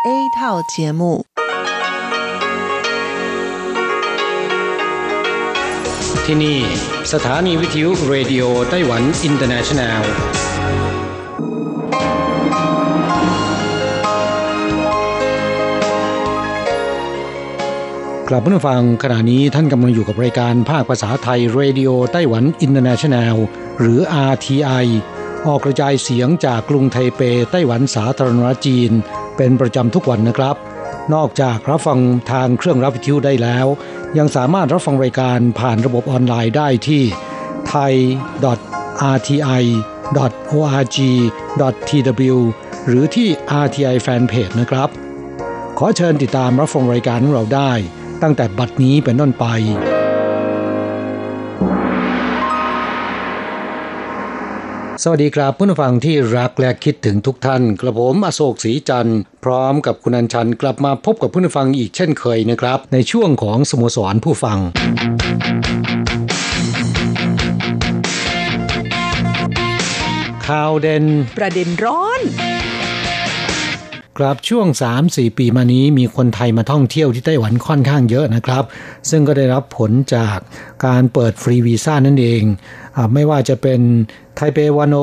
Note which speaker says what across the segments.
Speaker 1: A 套节目。
Speaker 2: ที่นี่สถานีวิทยุเรดิโอไต้หวันอินเตอร์เนชั่นแนลกลับมาฟังขณะนี้ท่านกำลังอยู่กับรายการภาคภาษาไทยเรดิโอไต้หวันอินเตอร์เนชั่นแนลหรือ RTI ออกกระจายเสียงจากกรุงไทเปไต้หวันสาธารณรัฐจีนเป็นประจำทุกวันนะครับนอกจากรับฟังทางเครื่องรับวิทยุได้แล้วยังสามารถรับฟังรายการผ่านระบบออนไลน์ได้ที่ thai.rti.org.tw หรือที่ RTI Fanpage นะครับขอเชิญติดตามรับฟังรายการของเราได้ตั้งแต่บัดนี้เป็นต้นไปสวัสดีครับผู้ฟังที่รักและคิดถึงทุกท่านกระผมอโศกศรีจันทร์พร้อมกับคุณอัญชันกลับมาพบกับผู้ฟังอีกเช่นเคยนะครับในช่วงของสโมสรผู้ฟังข่าวเด่น
Speaker 1: ประเด็นร้อน
Speaker 2: ครับช่วง 3-4 ปีมานี้มีคนไทยมาท่องเที่ยวที่ไต้หวันค่อนข้างเยอะนะครับซึ่งก็ได้รับผลจากการเปิดฟรีวีซ่านั่นเองไม่ว่าจะเป็นไทเป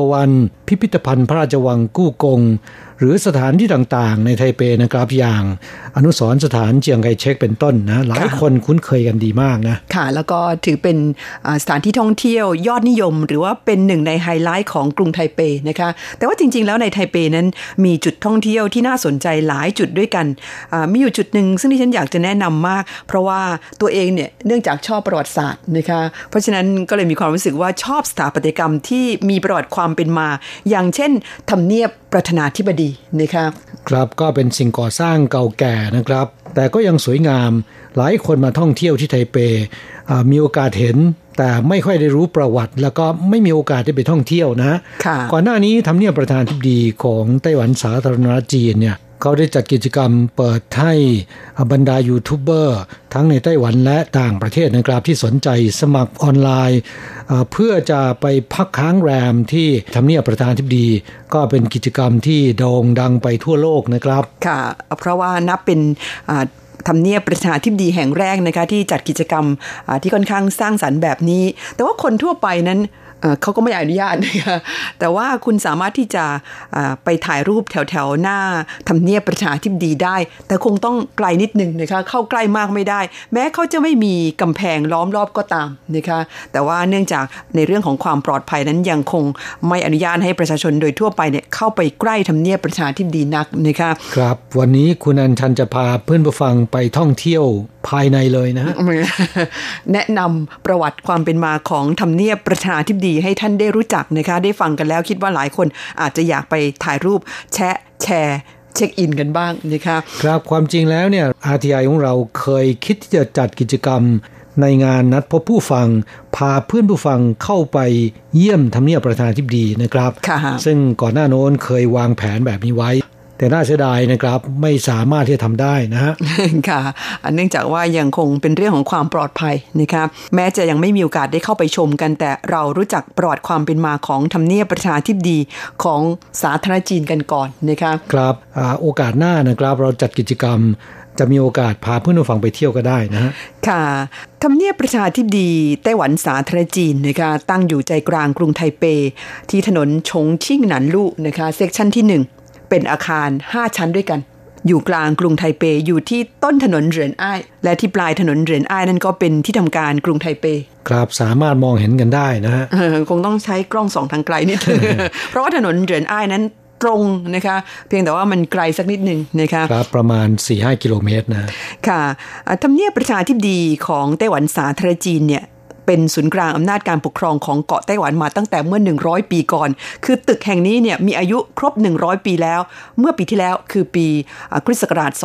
Speaker 2: 101พิพิธภัณฑ์พระราชวังกู้กงหรือสถานที่ต่างๆในไทเปนะครับอย่างอนุสรณ์สถานเจียงไคเชกเป็นต้นนะหลายคนคุ้นเคยกันดีมากนะ
Speaker 1: ค่ะแล้วก็ถือเป็นสถานที่ท่องเที่ยวยอดนิยมหรือว่าเป็นหนึ่งในไฮไลท์ของกรุงไทเปนะคะแต่ว่าจริงๆแล้วในไทเปนั้นมีจุดท่องเที่ยวที่น่าสนใจหลายจุดด้วยกันมีอยู่จุดหนึ่งซึ่งที่ฉันอยากจะแนะนำมากเพราะว่าตัวเองเนี่ยเนื่องจากชอบประวัติศาสตร์นะคะเพราะฉะนั้นก็เลยมีความรู้สึกว่าชอบสถาปัตยกรรมที่มีประวัติความเป็นมาอย่างเช่นทำเนียบประธานาธิบดีนะคะ
Speaker 2: ครับก็เป็นสิ่งก่อสร้างเก่าแก่นะครับแต่ก็ยังสวยงามหลายคนมาท่องเที่ยวที่ไทเปมีโอกาสเห็นแต่ไม่ค่อยได้รู้ประวัติแล้วก็ไม่มีโอกาสได้ไปท่องเที่ยวนะก่อนหน้านี้ทำเนียบประธานาธิบดีของไต้หวันสาธารณรัฐจีนเนี่ยเขาได้จัดกิจกรรมเปิดให้บรรดายูทูบเบอร์ทั้งในไต้หวันและต่างประเทศนะครับที่สนใจสมัครออนไลน์เพื่อจะไปพักค้างแรมที่ทำเนียบประธานาธิบดีก็เป็นกิจกรรมที่โด่งดังไปทั่วโลกนะครับ
Speaker 1: ค่ะเพราะว่านับเป็นทำเนียบประธานาธิบดีแห่งแรกนะคะที่จัดกิจกรรมที่ค่อนข้างสร้างสรรค์แบบนี้แต่ว่าคนทั่วไปนั้นเขาก็ไม่อนุญาตนะคะแต่ว่าคุณสามารถที่จะไปถ่ายรูปแถวๆหน้าทำเนียบประธานาธิบดีได้แต่คงต้องไกลนิดนึงนะคะเข้าใกล้มากไม่ได้แม้เขาจะไม่มีกำแพงล้อมรอบก็ตามนะคะแต่ว่าเนื่องจากในเรื่องของความปลอดภัยนั้นยังคงไม่อนุญาตให้ประชาชนโดยทั่วไปเนี่ยเข้าไปใกล้ทำเนียบประธานาธิบดีนักนะคะ
Speaker 2: ครับวันนี้คุณอัญชันจะพาเพื่อนผู้ฟังไปท่องเที่ยวภายในเลยนะ
Speaker 1: แนะนำประวัติความเป็นมาของทำเนียบประธานาธิบดีให้ท่านได้รู้จักนะคะได้ฟังกันแล้วคิดว่าหลายคนอาจจะอยากไปถ่ายรูปแชร์เช็คอินกันบ้างนะคะ
Speaker 2: ครับความจริงแล้วเนี่ย RTI ของเราเคยคิดที่จะจัดกิจกรรมในงานนัดพบผู้ฟังพาเพื่อนผู้ฟังเข้าไปเยี่ยมทำเนียบประธานาธิบดีนะครับซึ่งก่อนหน้าโน้นเคยวางแผนแบบนี้ไว้แต่น่าเสียดายนะครับไม่สามารถที่จะทำได้นะฮะ
Speaker 1: ค่ะเนื่องจากว่ายังคงเป็นเรื่องของความปลอดภัยนะคะแม้จะยังไม่มีโอกาสได้เข้าไปชมกันแต่เรารู้จักประวัติความเป็นมาของทำเนียบประธานาธิบดีของสาธารณจีนกันก่อนนะคะ
Speaker 2: ครับโอกาสหน้านะครับเราจัดกิจกรรมจะมีโอกาสพาเพื่อนผู้ฟังไปเที่ยวก็ได้นะฮะ
Speaker 1: ค่ะทำเนียบประธานาธิบดีไต้หวันสาธารณจีนนะคะตั้งอยู่ใจกลางกรุงไทเปที่ถนนชงชิ่งหนันลู่นะคะเซกชันที่1เป็นอาคาร5ชั้นด้วยกันอยู่กลางกรุงไทเปอยู่ที่ต้นถนนเหรินอ้ายและที่ปลายถนนเหรินอ้ายนั่นก็เป็นที่ทำการกรุงไทเป
Speaker 2: ครับสามารถมองเห็นกันได้นะฮะ
Speaker 1: คงต้องใช้กล้องส่องทางไกลนิด เพราะว่าถนนเหรินอ้ายนั้นตรงนะคะเพียงแต่ว่ามันไกลสักนิดนึงนะคะ
Speaker 2: ครับประมาณ 4-5 กิโลเมตรนะ
Speaker 1: ค่ะทำเนียบประธานาธิบดีของไต้หวันสาธารณจีนเนี่ยเป็นศูนย์กลางอำนาจการปกครองของเกาะไต้หวันมาตั้งแต่เมื่อ100ปีก่อนคือตึกแห่งนี้เนี่ยมีอายุครบ100ปีแล้วเมื่อปีที่แล้วคือปีคริสต์ศักราช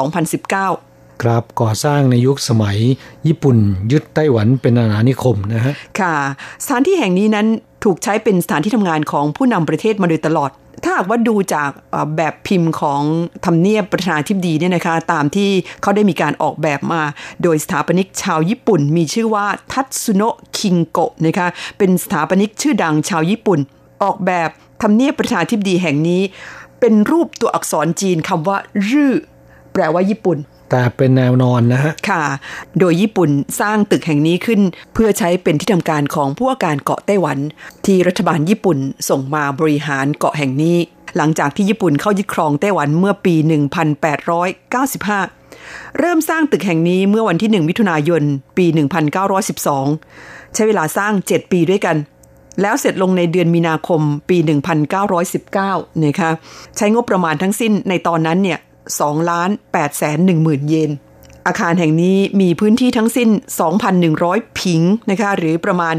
Speaker 1: 2019
Speaker 2: ครับก่อสร้างในยุคสมัยญี่ปุ่นยึดไต้หวันเป็นอาณานิคมนะฮะ
Speaker 1: ค่ะสถานที่แห่งนี้นั้นถูกใช้เป็นสถานที่ทำงานของผู้นำประเทศมาโดยตลอดถ้าหากว่าดูจากแบบพิมพ์ของทำเนียบประธานาธิบดีเนี่ยนะคะตามที่เขาได้มีการออกแบบมาโดยสถาปนิกชาวญี่ปุ่นมีชื่อว่าทัตสึโนะคิงโกะนะคะเป็นสถาปนิกชื่อดังชาวญี่ปุ่นออกแบบทำเนียบประธานาธิบดีแห่งนี้เป็นรูปตัวอักษรจีนคำว่ารื่อแปลว่าญี่ปุ่น
Speaker 2: แต่เป็นแนวนอนนะฮะ
Speaker 1: ค่ะโดยญี่ปุ่นสร้างตึกแห่งนี้ขึ้นเพื่อใช้เป็นที่ทำการของผู้ว่าการเกาะไต้หวันที่รัฐบาลญี่ปุ่นส่งมาบริหารเกาะแห่งนี้หลังจากที่ญี่ปุ่นเข้ายึดครองไต้หวันเมื่อปี 1895 เริ่มสร้างตึกแห่งนี้เมื่อวันที่ 1 มิถุนายน ปี 1912 ใช้เวลาสร้าง 7 ปีด้วยกันแล้วเสร็จลงในเดือนมีนาคมปี 1919 นะคะใช้งบประมาณทั้งสิ้นในตอนนั้นเนี่ย2,810,000 เยนอาคารแห่งนี้มีพื้นที่ทั้งสิ้น 2,100 ผิงนะคะหรือประมาณ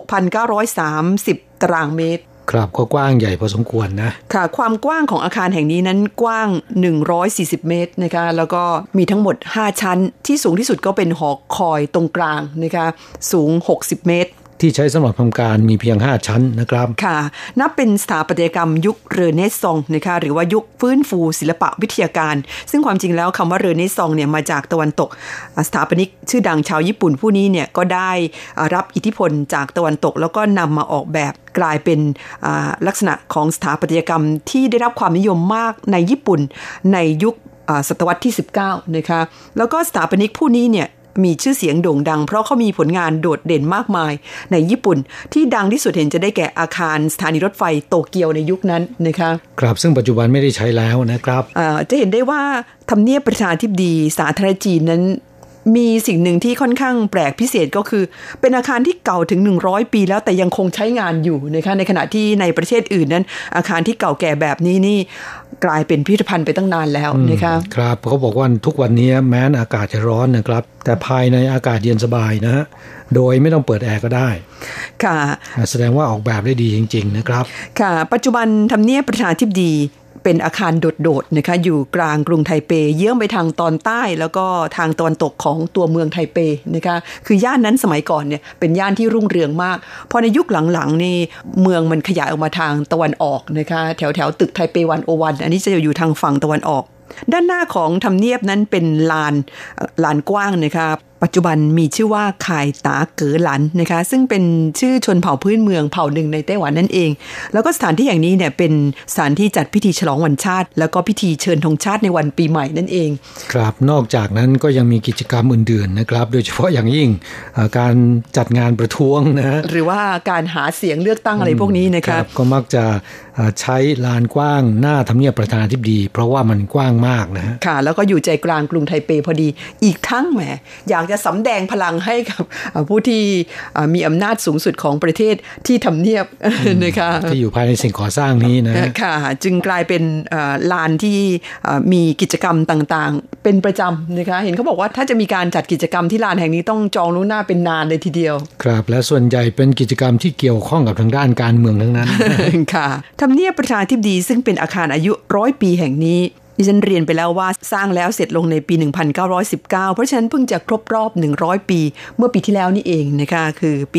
Speaker 1: 6,930 ตารางเมตร
Speaker 2: ครับก็กว้างใหญ่พอสมควรนะ
Speaker 1: ค่ะความกว้างของอาคารแห่งนี้นั้นกว้าง140 เมตรนะคะแล้วก็มีทั้งหมด5ชั้นที่สูงที่สุดก็เป็นหอคอยตรงกลางนะคะสูง60 เมตร
Speaker 2: ที่ใช้สำหรับทำการมีเพียง5ชั้นนะครับ
Speaker 1: ค่ะนับเป็นสถาปัตยกรรมยุคเรเนซองส์นะคะหรือว่ายุคฟื้นฟูศิลปะวิทยาการซึ่งความจริงแล้วคำว่าเรเนซองส์เนี่ยมาจากตะวันตกสถาปนิกชื่อดังชาวญี่ปุ่นผู้นี้เนี่ยก็ได้รับอิทธิพลจากตะวันตกแล้วก็นำมาออกแบบกลายเป็นลักษณะของสถาปัตยกรรมที่ได้รับความนิยมมากในญี่ปุ่นในยุคศตวรรษที่19นะคะแล้วก็สถาปนิกผู้นี้เนี่ยมีชื่อเสียงโด่งดังเพราะเขามีผลงานโดดเด่นมากมายในญี่ปุ่นที่ดังที่สุดเห็นจะได้แก่อาคารสถานีรถไฟโตเกียวในยุคนั้นนะคะ
Speaker 2: ครับซึ่งปัจจุบันไม่ได้ใช้แล้วนะครับ
Speaker 1: จะเห็นได้ว่าทำเนียบประธานาธิบดีสาธารณรัฐจีนนั้นมีสิ่งหนึ่งที่ค่อนข้างแปลกพิเศษก็คือเป็นอาคารที่เก่าถึง100 ปีแล้วแต่ยังคงใช้งานอยู่นะคะในขณะที่ในประเทศอื่นนั้นอาคารที่เก่าแก่แบบนี้นี่กลายเป็นพิพิธภัณฑ์ไปตั้งนานแล้วนะคะ
Speaker 2: ครับเขาบอกว่าทุกวันนี้แม้อากาศจะร้อนนะครับแต่ภายในอากาศเย็นสบายนะฮะโดยไม่ต้องเปิดแอร์ก็ได้
Speaker 1: ค่ะ
Speaker 2: แสดงว่าออกแบบได้ดีจริงๆนะครับ
Speaker 1: ค่ะปัจจุบันทำเนียบประธานาธิบดีเป็นอาคารโดดๆนะคะอยู่กลางกรุงไทเปเยื้องไปทางตอนใต้แล้วก็ทางตะวันตกของตัวเมืองไทเปนะคะคือย่านนั้นสมัยก่อนเนี่ยเป็นย่านที่รุ่งเรืองมากพอในยุคหลังๆนี่เมืองมันขยายออกมาทางตะวันออกนะคะแถวตึกไทเป101อันนี้จะอยู่ทางฝั่งตะวันออกด้านหน้าของทำเนียบนั้นเป็นลานกว้างนะคะปัจจุบันมีชื่อว่าคายตาเก๋อหลันนะคะซึ่งเป็นชื่อชนเผ่าพื้นเมืองเผ่าหนึ่งในไต้หวันนั่นเองแล้วก็สถานที่อย่างนี้เนี่ยเป็นสถานที่จัดพิธีฉลองวันชาติแล้วก็พิธีเชิญธงชาติในวันปีใหม่นั่นเอง
Speaker 2: ครับนอกจากนั้นก็ยังมีกิจกรรมอื่นๆนะครับโดยเฉพาะอย่างยิ่งการจัดงานประท้วงนะ
Speaker 1: หรือว่าการหาเสียงเลือกตั้งอะไรพวกนี้นะคะ
Speaker 2: ก็มักจะใช้ลานกว้างหน้าทำเนียบประธานาธิบดีเพราะว่ามันกว้างมากนะ
Speaker 1: ค่ะแล้วก็อยู่ใจกลางกรุงไทเปพอดีอีกทั้งแหมอยากจะสำแดงพลังให้กับผู้ที่มีอำนาจสูงสุดของประเทศที่ทำเนียบนะคะ
Speaker 2: ที่อยู่ภายในสิ่งก่อสร้างนี้นะ
Speaker 1: ค่ะจึงกลายเป็นลานที่มีกิจกรรมต่างๆเป็นประจำนะคะเห็นเขาบอกว่าถ้าจะมีการจัดกิจกรรมที่ลานแห่งนี้ต้องจองล่วงหน้าเป็นนานเลยทีเดียว
Speaker 2: ครับและส่วนใหญ่เป็นกิจกรรมที่เกี่ยวข้องกับทางด้านการเมืองทั้งนั้น
Speaker 1: ค่ะทำเนียบประธานาธิบดีซึ่งเป็นอาคารอายุ100 ปีแห่งนี้ดิฉันเรียนไปแล้วว่าสร้างแล้วเสร็จลงในปี 1919 เพราะฉะนั้นเพิ่งจะครบรอบ100 ปีเมื่อปีที่แล้วนี่เองนะคะคือปี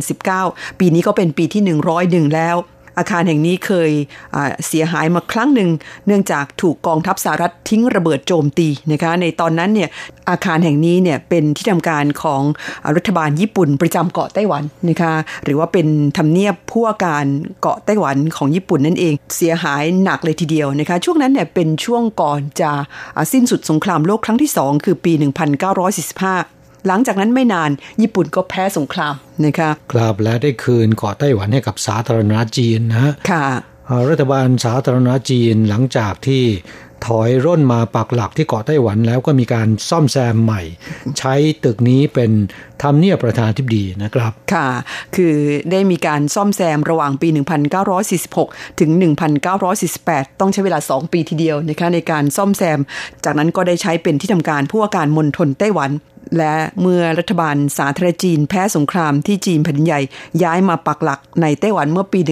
Speaker 1: 2019 ปีนี้ก็เป็นปีที่101แล้วอาคารแห่งนี้เคยเสียหายมาครั้งหนึ่งเนื่องจากถูกกองทัพสหรัฐทิ้งระเบิดโจมตีนะคะในตอนนั้นเนี่ยอาคารแห่งนี้เนี่ยเป็นที่ทำการของรัฐบาลญี่ปุ่นประจำเกาะไต้หวันนะคะหรือว่าเป็นทำเนียบผู้ว่าการเกาะไต้หวันของญี่ปุ่นนั่นเองเสียหายหนักเลยทีเดียวนะคะช่วงนั้นเนี่ยเป็นช่วงก่อนจะสิ้นสุดสงครามโลกครั้งที่2คือปี 1945หลังจากนั้นไม่นานญี่ปุ่นก็แพ้สงครามนะคะ
Speaker 2: ครับและได้คืนเกาะไต้หวันให้กับสาธารณรัฐจีนนะ
Speaker 1: ค่ะ
Speaker 2: รัฐบาลสาธารณรัฐจีนหลังจากที่ถอยร่นมาปักหลักที่เกาะไต้หวันแล้วก็มีการซ่อมแซมใหม่ใช้ตึกนี้เป็นทำเนียบประธานาธิบดีนะครับ
Speaker 1: ค่ะคือได้มีการซ่อมแซมระหว่างปี 1946 ถึง 1948 ต้องใช้เวลา2 ปีทีเดียวนะคะในการซ่อมแซมจากนั้นก็ได้ใช้เป็นที่ทำการผู้ว่าการมณฑลไต้หวันและเมื่อรัฐบาลสาธารณจีนแพ้สงครามที่จีนแผ่นใหญ่ย้ายมาปักหลักในไต้หวันเมื่อปี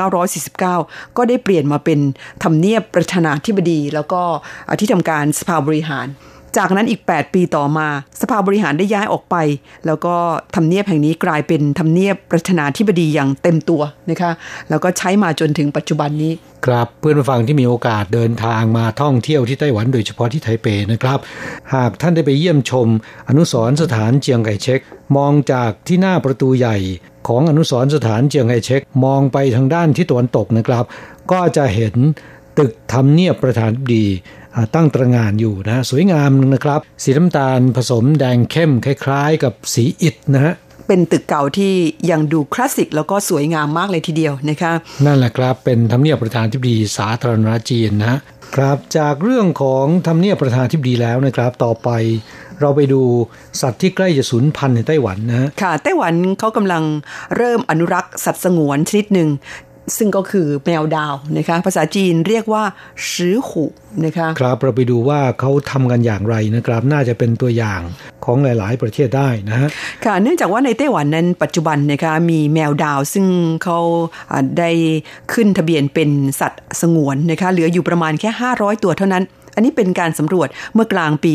Speaker 1: 1949 ก็ได้เปลี่ยนมาเป็นทำเนียบประธานาธิบดีแล้วก็ที่ทำการสภาบริหารจากนั้นอีก8 ปีต่อมาสภาบริหารได้ย้ายออกไปแล้วก็ทำเนียบแห่งนี้กลายเป็นทำเนียบประธานาธิบดีอย่างเต็มตัวนะคะแล้วก็ใช้มาจนถึงปัจจุบันนี้
Speaker 2: ครับเพื่อนผู้ฟังที่มีโอกาสเดินทางมาท่องเที่ยวที่ไต้หวันโดยเฉพาะที่ไทเปนะครับหากท่านได้ไปเยี่ยมชมอนุสรณ์สถานเจียงไคเชกมองจากที่หน้าประตูใหญ่ของอนุสรณ์สถานเจียงไคเชกมองไปทางด้านที่ตะวันตกนะครับก็จะเห็นตึกทำเนียบประธานาธิบดีตั้งตระหง่านอยู่นะสวยงามนะครับสีน้ำตาลผสมแดงเข้มคล้ายๆกับสีอิฐนะฮะ
Speaker 1: เป็นตึกเก่าที่ยังดูคลาสสิกแล้วก็สวยงามมากเลยทีเดียวนะคะ
Speaker 2: นั่นแหละครับเป็นทำเนียบประธานาธิบดีสาธารณรัฐจีนนะครับจากเรื่องของทำเนียบประธานาธิบดีแล้วนะครับต่อไปเราไปดูสัตว์ที่ใกล้จะสูญพันธุ์ในไต้หวันนะ
Speaker 1: ค่ะไต้หวันเขากำลังเริ่มอนุรักษ์สัตว์สงวนชนิดหนึ่งซึ่งก็คือแมวดาวนะคะภาษาจีนเรียกว่าสือหูนะคะ
Speaker 2: ครับเราไปดูว่าเขาทำกันอย่างไรนะครับน่าจะเป็นตัวอย่างของหลายๆประเทศได้นะฮะ
Speaker 1: ค่ะเนื่องจากว่าในไต้หวันนั้นปัจจุบันนะคะมีแมวดาวซึ่งเขาได้ขึ้นทะเบียนเป็นสัตว์สงวนนะคะเหลืออยู่ประมาณแค่500ตัวเท่านั้นอันนี้เป็นการสำรวจเมื่อกลางปี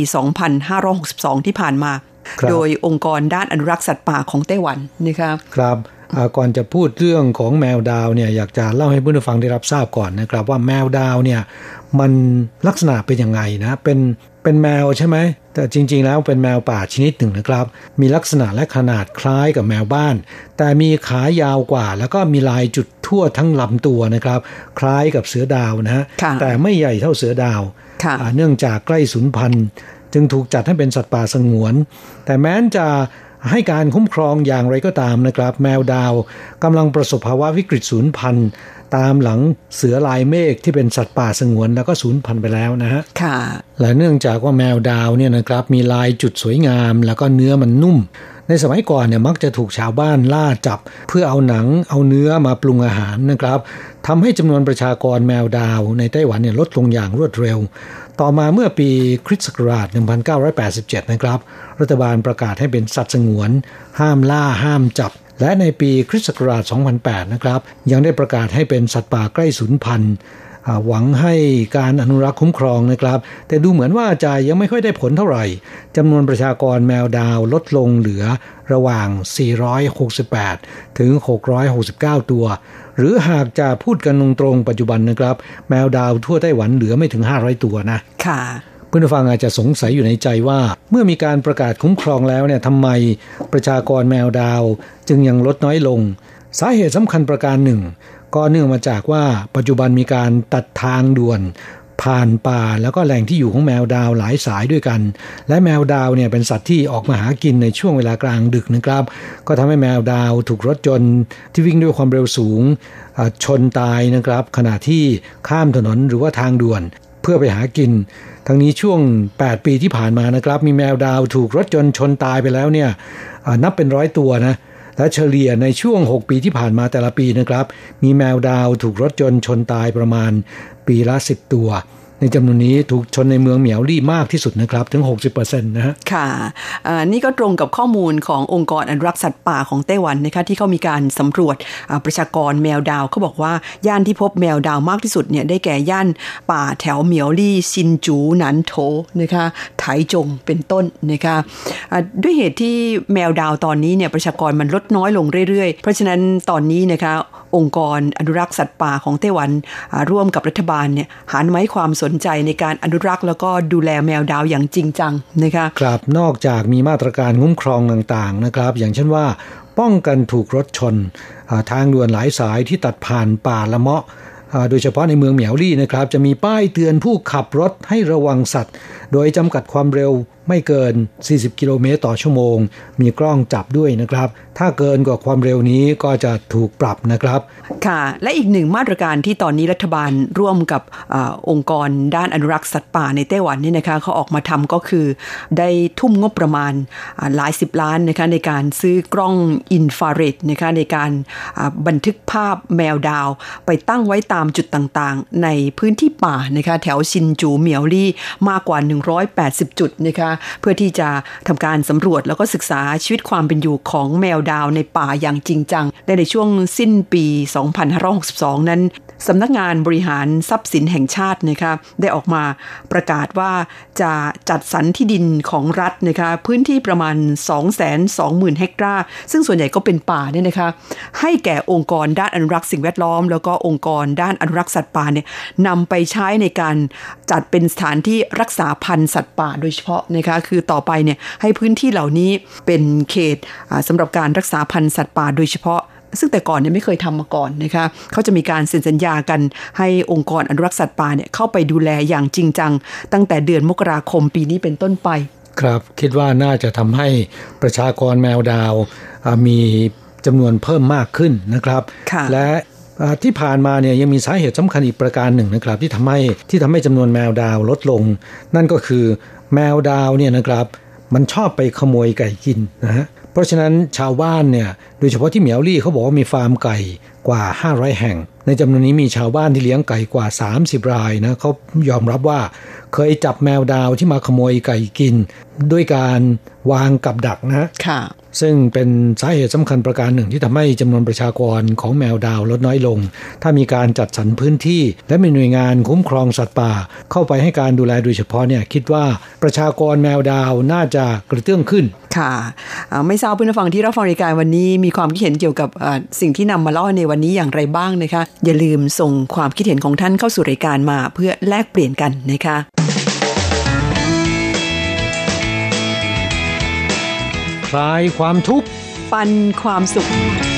Speaker 1: 2562ที่ผ่านมาโดยองค์กรด้านอนุรักษ์สัตว์ป่าของไต้หวันนะคะ
Speaker 2: ครับก่อนจะพูดเรื่องของแมวดาวเนี่ยอยากจะเล่าให้ผู้ฟังได้รับทราบก่อนนะครับว่าแมวดาวเนี่ยมันลักษณะเป็นยังไงนะเป็นแมวใช่ไหมแต่จริงๆแล้วเป็นแมวป่าชนิดหนึ่งนะครับมีลักษณะและขนาดคล้ายกับแมวบ้านแต่มีขายาวกว่าแล้วก็มีลายจุดทั่วทั้งลำตัวนะครับคล้ายกับเสือดาวนะฮะแต่ไม่ใหญ่เท่าเสือดาวเนื่องจากใกล้สูญพันธุ์จึงถูกจัดให้เป็นสัตว์ป่าสงวนแต่แม้นจะให้การคุ้มครองอย่างไรก็ตามนะครับแมวดาวกำลังประสบภาวะวิกฤตสูญพันธุ์ตามหลังเสือลายเมฆที่เป็นสัตว์ป่าสงวนแล้วก็สูญพันธุ์ไปแล้วนะฮะ
Speaker 1: ค่ะ
Speaker 2: และเนื่องจากว่าแมวดาวเนี่ยนะครับมีลายจุดสวยงามแล้วก็เนื้อมันนุ่มในสมัยก่อนเนี่ยมักจะถูกชาวบ้านล่าจับเพื่อเอาหนังเอาเนื้อมาปรุงอาหารนะครับทำให้จำนวนประชากรแมวดาวในไต้หวันเนี่ยลดลงอย่างรวดเร็วต่อมาเมื่อปีคริสต์ศักราช1987นะครับรัฐบาลประกาศให้เป็นสัตว์สงวนห้ามล่าห้ามจับและในปีคริสต์ศักราช2008นะครับยังได้ประกาศให้เป็นสัตว์ป่าใกล้สูญพันธุ์หวังให้การอนุรักษ์คุ้มครองนะครับแต่ดูเหมือนว่าจะยังไม่ค่อยได้ผลเท่าไหร่จำนวนประชากรแมวดาวลดลงเหลือระหว่าง468ถึง669ตัวหรือหากจะพูดกันตรงๆปัจจุบันนะครับแมวดาวทั่วไต้หวันเหลือไม่ถึง500ตัวนะ
Speaker 1: ค่ะ
Speaker 2: เพื่อนผู้ฟังอาจจะสงสัยอยู่ในใจว่าเมื่อมีการประกาศคุ้มครองแล้วเนี่ยทำไมประชากรแมวดาวจึงยังลดน้อยลงสาเหตุสำคัญประการหนึ่งก็เนื่องมาจากว่าปัจจุบันมีการตัดทางด่วนผ่านป่าแล้วก็แหล่งที่อยู่ของแมวดาวหลายสายด้วยกันและแมวดาวเนี่ยเป็นสัตว์ที่ออกมาหากินในช่วงเวลากลางดึกนะครับก็ทำให้แมวดาวถูกรถยนต์ที่วิ่งด้วยความเร็วสูงชนตายนะครับขณะที่ข้ามถนนหรือว่าทางด่วนเพื่อไปหากินทั้งนี้ช่วง8ปีที่ผ่านมานะครับมีแมวดาวถูกรถยนต์ชนตายไปแล้วเนี่ยนับเป็น100ตัวนะและเฉลี่ยในช่วง6ปีที่ผ่านมาแต่ละปีนะครับมีแมวดาวถูกรถยนต์ชนตายประมาณปีละ10ตัวในจำนวนนี้ถูกชนในเมืองเหมียวลี่มากที่สุดนะครับถึง 60% นะฮะ
Speaker 1: ค่ะนี่ก็ตรงกับข้อมูลขององค์กรอนุรักษ์สัตว์ป่าของไต้หวันนะคะที่เขามีการสำรวจประชากรแมวดาวเขาบอกว่าย่านที่พบแมวดาวมากที่สุดเนี่ยได้แก่ย่านป่าแถวเหมียวลี่ซินจูหนันโถนะคะไถจงเป็นต้นนะคะด้วยเหตุที่แมวดาวตอนนี้เนี่ยประชากรมันลดน้อยลงเรื่อยๆเพราะฉะนั้นตอนนี้นะคะองค์กรอนุรักษ์สัตว์ป่าของไต้หวันร่วมกับรัฐบาลเนี่ยหันมาให้ความสนใจในการอนุรักษ์แล้วก็ดูแลแมวดาวอย่างจริงจังนะคะ
Speaker 2: ครับนอกจากมีมาตรการคุ้มครองต่างๆนะครับอย่างเช่นว่าป้องกันถูกรถชนทางด่วนหลายสายที่ตัดผ่านป่าละเมาะโดยเฉพาะในเมืองเหมียวลี่นะครับจะมีป้ายเตือนผู้ขับรถให้ระวังสัตว์โดยจำกัดความเร็วไม่เกิน40กิโลเมตรต่อชั่วโมงมีกล้องจับด้วยนะครับถ้าเกินกว่าความเร็วนี้ก็จะถูกปรับนะครับ
Speaker 1: ค่ะและอีกหนึ่งมาตรการที่ตอนนี้รัฐบาลร่วมกับองค์กรด้านอนุรักษ์สัตว์ป่าในไต้หวันนี่นะคะเขาออกมาทำก็คือได้ทุ่มงบประมาณหลาย10ล้านนะคะในการซื้อกล้องอินฟราเรดนะคะในการบันทึกภาพแมวดาวไปตั้งไว้ตามจุดต่างๆในพื้นที่ป่านะคะแถวซินจูเหมียวลี่มากกว่า180จุดนะคะเพื่อที่จะทำการสำรวจแล้วก็ศึกษาชีวิตความเป็นอยู่ของแมวดาวในป่าอย่างจริงจังในช่วงสิ้นปี2562นั้นสำนักงานบริหารทรัพย์สินแห่งชาตินะคะได้ออกมาประกาศว่าจะจัดสรรที่ดินของรัฐนะคะพื้นที่ประมาณ 220,000 เฮกตาร์ซึ่งส่วนใหญ่ก็เป็นป่าเนี่ยนะคะให้แก่องค์กรด้านอนุรักษ์สิ่งแวดล้อมแล้วก็องค์กรด้านอนุรักษ์สัตว์ป่าเนี่ยนำไปใช้ในการจัดเป็นสถานที่รักษาพันธุ์สัตว์ป่าโดยเฉพาะนะคะคือต่อไปเนี่ยให้พื้นที่เหล่านี้เป็นเขตสำหรับการรักษาพันธุ์สัตว์ป่าโดยเฉพาะซึ่งแต่ก่อนเนี่ยไม่เคยทำมาก่อนนะคะเขาจะมีการเซ็นสัญญากันให้องค์กรอนุรักษ์สัตว์ป่าเนี่ยเข้าไปดูแลอย่างจริงจังตั้งแต่เดือนมกราคมปีนี้เป็นต้นไป
Speaker 2: ครับคิดว่าน่าจะทำให้ประชากรแมวดาวมีจำนวนเพิ่มมากขึ้นนะครับและที่ผ่านมาเนี่ยยังมีสาเหตุสำคัญอีกประการหนึ่งนะครับที่ทำให้จำนวนแมวดาวลดลงนั่นก็คือแมวดาวเนี่ยนะครับมันชอบไปขโมยไก่กินนะฮะเพราะฉะนั้นชาวบ้านเนี่ยโดยเฉพาะที่เหมียวลี่เขาบอกว่ามีฟาร์มไก่กว่า500แห่งในจำนวนนี้มีชาวบ้านที่เลี้ยงไก่กว่า30รายนะเขายอมรับว่าเคยจับแมวดาวที่มาขโมยไก่กินด้วยการวางกับดักนะ
Speaker 1: ค่ะ
Speaker 2: ซึ่งเป็นสาเหตุสำคัญประการหนึ่งที่ทำให้จำนวนประชากรของแมวดาวลดน้อยลงถ้ามีการจัดสรรพื้นที่และมีหน่วยงานคุ้มครองสัตว์ป่าเข้าไปให้การดูแลโดยเฉพาะเนี่ยคิดว่าประชากรแมวดาวน่าจะกระเตื้องขึ้น
Speaker 1: ค่ะไม่ทราบผู้ฟังที่รับฟังรายการวันนี้มีความคิดเห็นเกี่ยวกับสิ่งที่นำมาเล่าในวันนี้อย่างไรบ้างนะคะอย่าลืมส่งความคิดเห็นของท่านเข้าสู่รายการมาเพื่อแลกเปลี่ยนกันนะคะ
Speaker 2: คลายความทุกข์
Speaker 1: ปันความสุข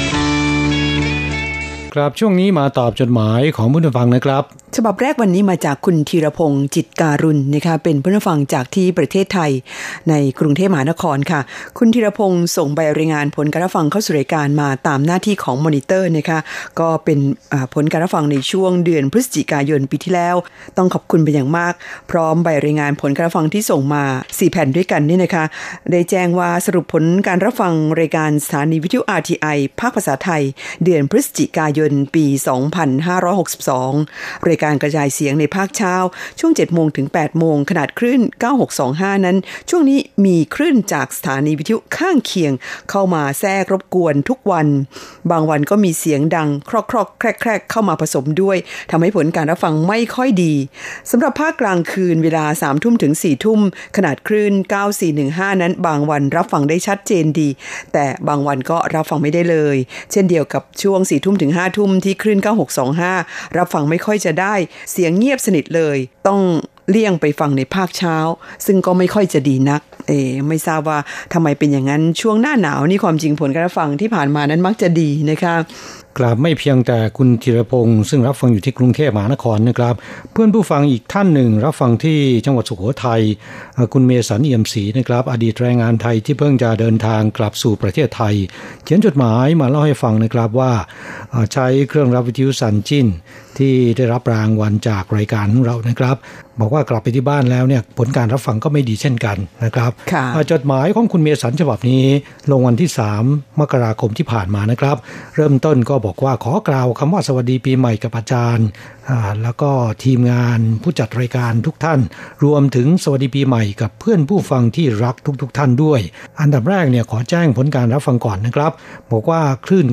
Speaker 2: ครับช่วงนี้มาตอบจดหมายของผู้ฟังนะครับ
Speaker 1: ฉบับแรกวันนี้มาจากคุณธีรพงษ์จิตการุณนะคะเป็นผู้ฟังจากที่ประเทศไทยในกรุงเทพมหานครค่ะคุณธีรพงษ์ส่งใบรายงานผลการรับฟังเข้าสู่รายการมาตามหน้าที่ของมอนิเตอร์นะคะก็เป็นผลการรับฟังในช่วงเดือนพฤศจิกายนปีที่แล้วต้องขอบคุณเป็นอย่างมากพร้อมใบรายงานผลการรับฟังที่ส่งมา4แผ่นด้วยกันนี่นะคะได้แจ้งว่าสรุปผลการรับฟังรายการสถานีวิทยุ RTI ภาคภาษาไทยเดือนพฤศจิกายนปี 2562 รายการกระจายเสียงในภาคเช้าช่วง 7 โมงถึง 8 โมงขนาดคลื่น 9625 นั้นช่วงนี้มีคลื่นจากสถานีวิทยุข้างเคียงเข้ามาแทรกรบกวนทุกวันบางวันก็มีเสียงดังครอกๆแครกๆเข้ามาผสมด้วยทำให้ผลการรับฟังไม่ค่อยดีสำหรับภาคกลางคืนเวลา 3 ทุ่มถึง 4 ทุ่มขนาดคลื่น 9415 นั้นบางวันรับฟังได้ชัดเจนดีแต่บางวันก็รับฟังไม่ได้เลยเช่นเดียวกับช่วง 4 ทุ่มถึง 5 ทุ่มที่คลื่น 9625 รับฟังไม่ค่อยจะได้เสียงเงียบสนิทเลยต้องเลี่ยงไปฟังในภาคเช้าซึ่งก็ไม่ค่อยจะดีนักไม่ทราบว่าทำไมเป็นอย่างนั้นช่วงหน้าหนาวนี่ความจริงผลการรับฟังที่ผ่านมานั้นมักจะดีนะคะ
Speaker 2: กราบไม่เพียงแต่คุณธีรพงษ์ซึ่งรับฟังอยู่ที่กรุงเทพมหานครนะครับเพื่อนผู้ฟังอีกท่านหนึ่งรับฟังที่จังหวัดสุโขทัยคุณเมสันเอี่ยมศรีนะครับอดีตแรงงานไทยที่เพิ่งจะเดินทางกลับสู่ประเทศไทยเขียนจดหมายมาเล่าให้ฟังนะครับว่าใช้เครื่องรับวิทยุซันจินที่ได้รับรางวัลจากรายการของเรานะครับบอกว่ากลับไปที่บ้านแล้วเนี่ยผลการรับฟังก็ไม่ดีเช่นกันนะครับจดหมายของคุณเมสันฉบับนี้ลงวันที่3 มกราคมที่ผ่านมานะครับเริ่มต้นก็บอกว่าขอกล่าวคำว่าสวัสดีปีใหม่กับอาจารย์แล้วก็ทีมงานผู้จัดรายการทุกท่านรวมถึงสวัสดีปีใหม่กับเพื่อนผู้ฟังที่รักทุกท่านด้วยอันดับแรกเนี่ยขอแจ้งผลการรับฟังก่อนนะครับบอกว่าคลื่น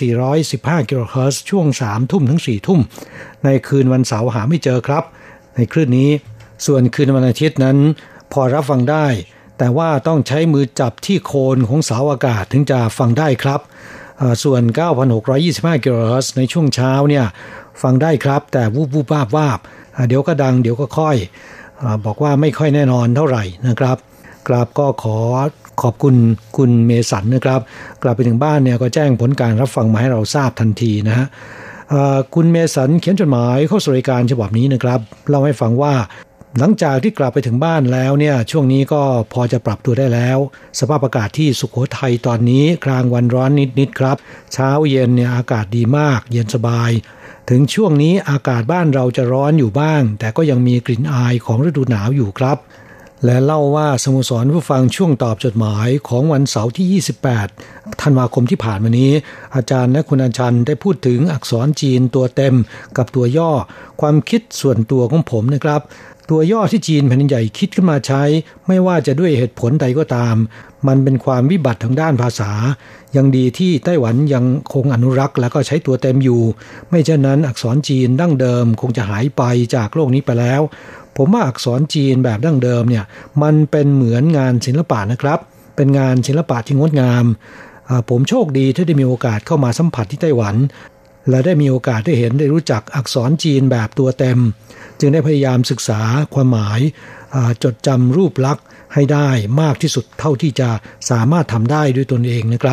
Speaker 2: 9,415 กิโลเฮิรตซ์ช่วง 3 ทุ่มถึง 4 ทุ่มในคืนวันเสาร์หาไม่เจอครับในคลื่นนี้ส่วนคืนวันอาทิตย์นั้นพอรับฟังได้แต่ว่าต้องใช้มือจับที่โคนของเสาอากาศถึงจะฟังได้ครับส่วน 9,625 กิโลเฮิรตซ์ในช่วงเช้าเนี่ยฟังได้ครับแต่วูบวาบเดี๋ยวก็ดังเดี๋ยวก็ค่อยบอกว่าไม่ค่อยแน่นอนเท่าไหร่นะครับกราบก็ขอบคุณคุณเมสันนะครับกลับไปถึงบ้านเนี่ยก็แจ้งผลการรับฟังมาให้เราทราบทันทีนะฮะคุณเมสันเขียนจดหมายเข้าสู่รายการฉบับนี้นะครับเล่าให้ฟังว่าหลังจากที่กลับไปถึงบ้านแล้วเนี่ยช่วงนี้ก็พอจะปรับตัวได้แล้วสภาพอากาศที่สุโขทัยตอนนี้กลางวันร้อนนิดๆครับเช้าเย็นเนี่ยอากาศดีมากเย็นสบายถึงช่วงนี้อากาศบ้านเราจะร้อนอยู่บ้างแต่ก็ยังมีกลิ่นอายของฤดูหนาวอยู่ครับและเล่าว่าสโมสรผู้ฟังช่วงตอบจดหมายของวันเสาร์ที่28ธันวาคมที่ผ่านมานี้อาจารย์และคุณอาจารย์ได้พูดถึงอักษรจีนตัวเต็มกับตัวย่อความคิดส่วนตัวของผมนะครับตัวย่อที่จีนแผ่นใหญ่คิดขึ้นมาใช้ไม่ว่าจะด้วยเหตุผลใดก็ตามมันเป็นความวิบัติทางด้านภาษายังดีที่ไต้หวันยังคงอนุรักษ์และก็ใช้ตัวเต็มอยู่ไม่เช่นนั้นอักษรจีนดั้งเดิมคงจะหายไปจากโลกนี้ไปแล้วผมว่าอักษรจีนแบบดั้งเดิมเนี่ยมันเป็นเหมือนงานศิลปะนะครับเป็นงานศิลปะที่งดงามผมโชคดีที่ได้มีโอกาสเข้ามาสัมผัสที่ไต้หวันและได้มีโอกาสได้เห็นได้รู้จักอักษรจีนแบบตัวเต็มจึงได้พยายามศึกษาความหมายจดจำรูปลักษณ์ให้ได้มากที่สุดเท่าที่จะสามารถทำได้ด้วยตนเองนะครับ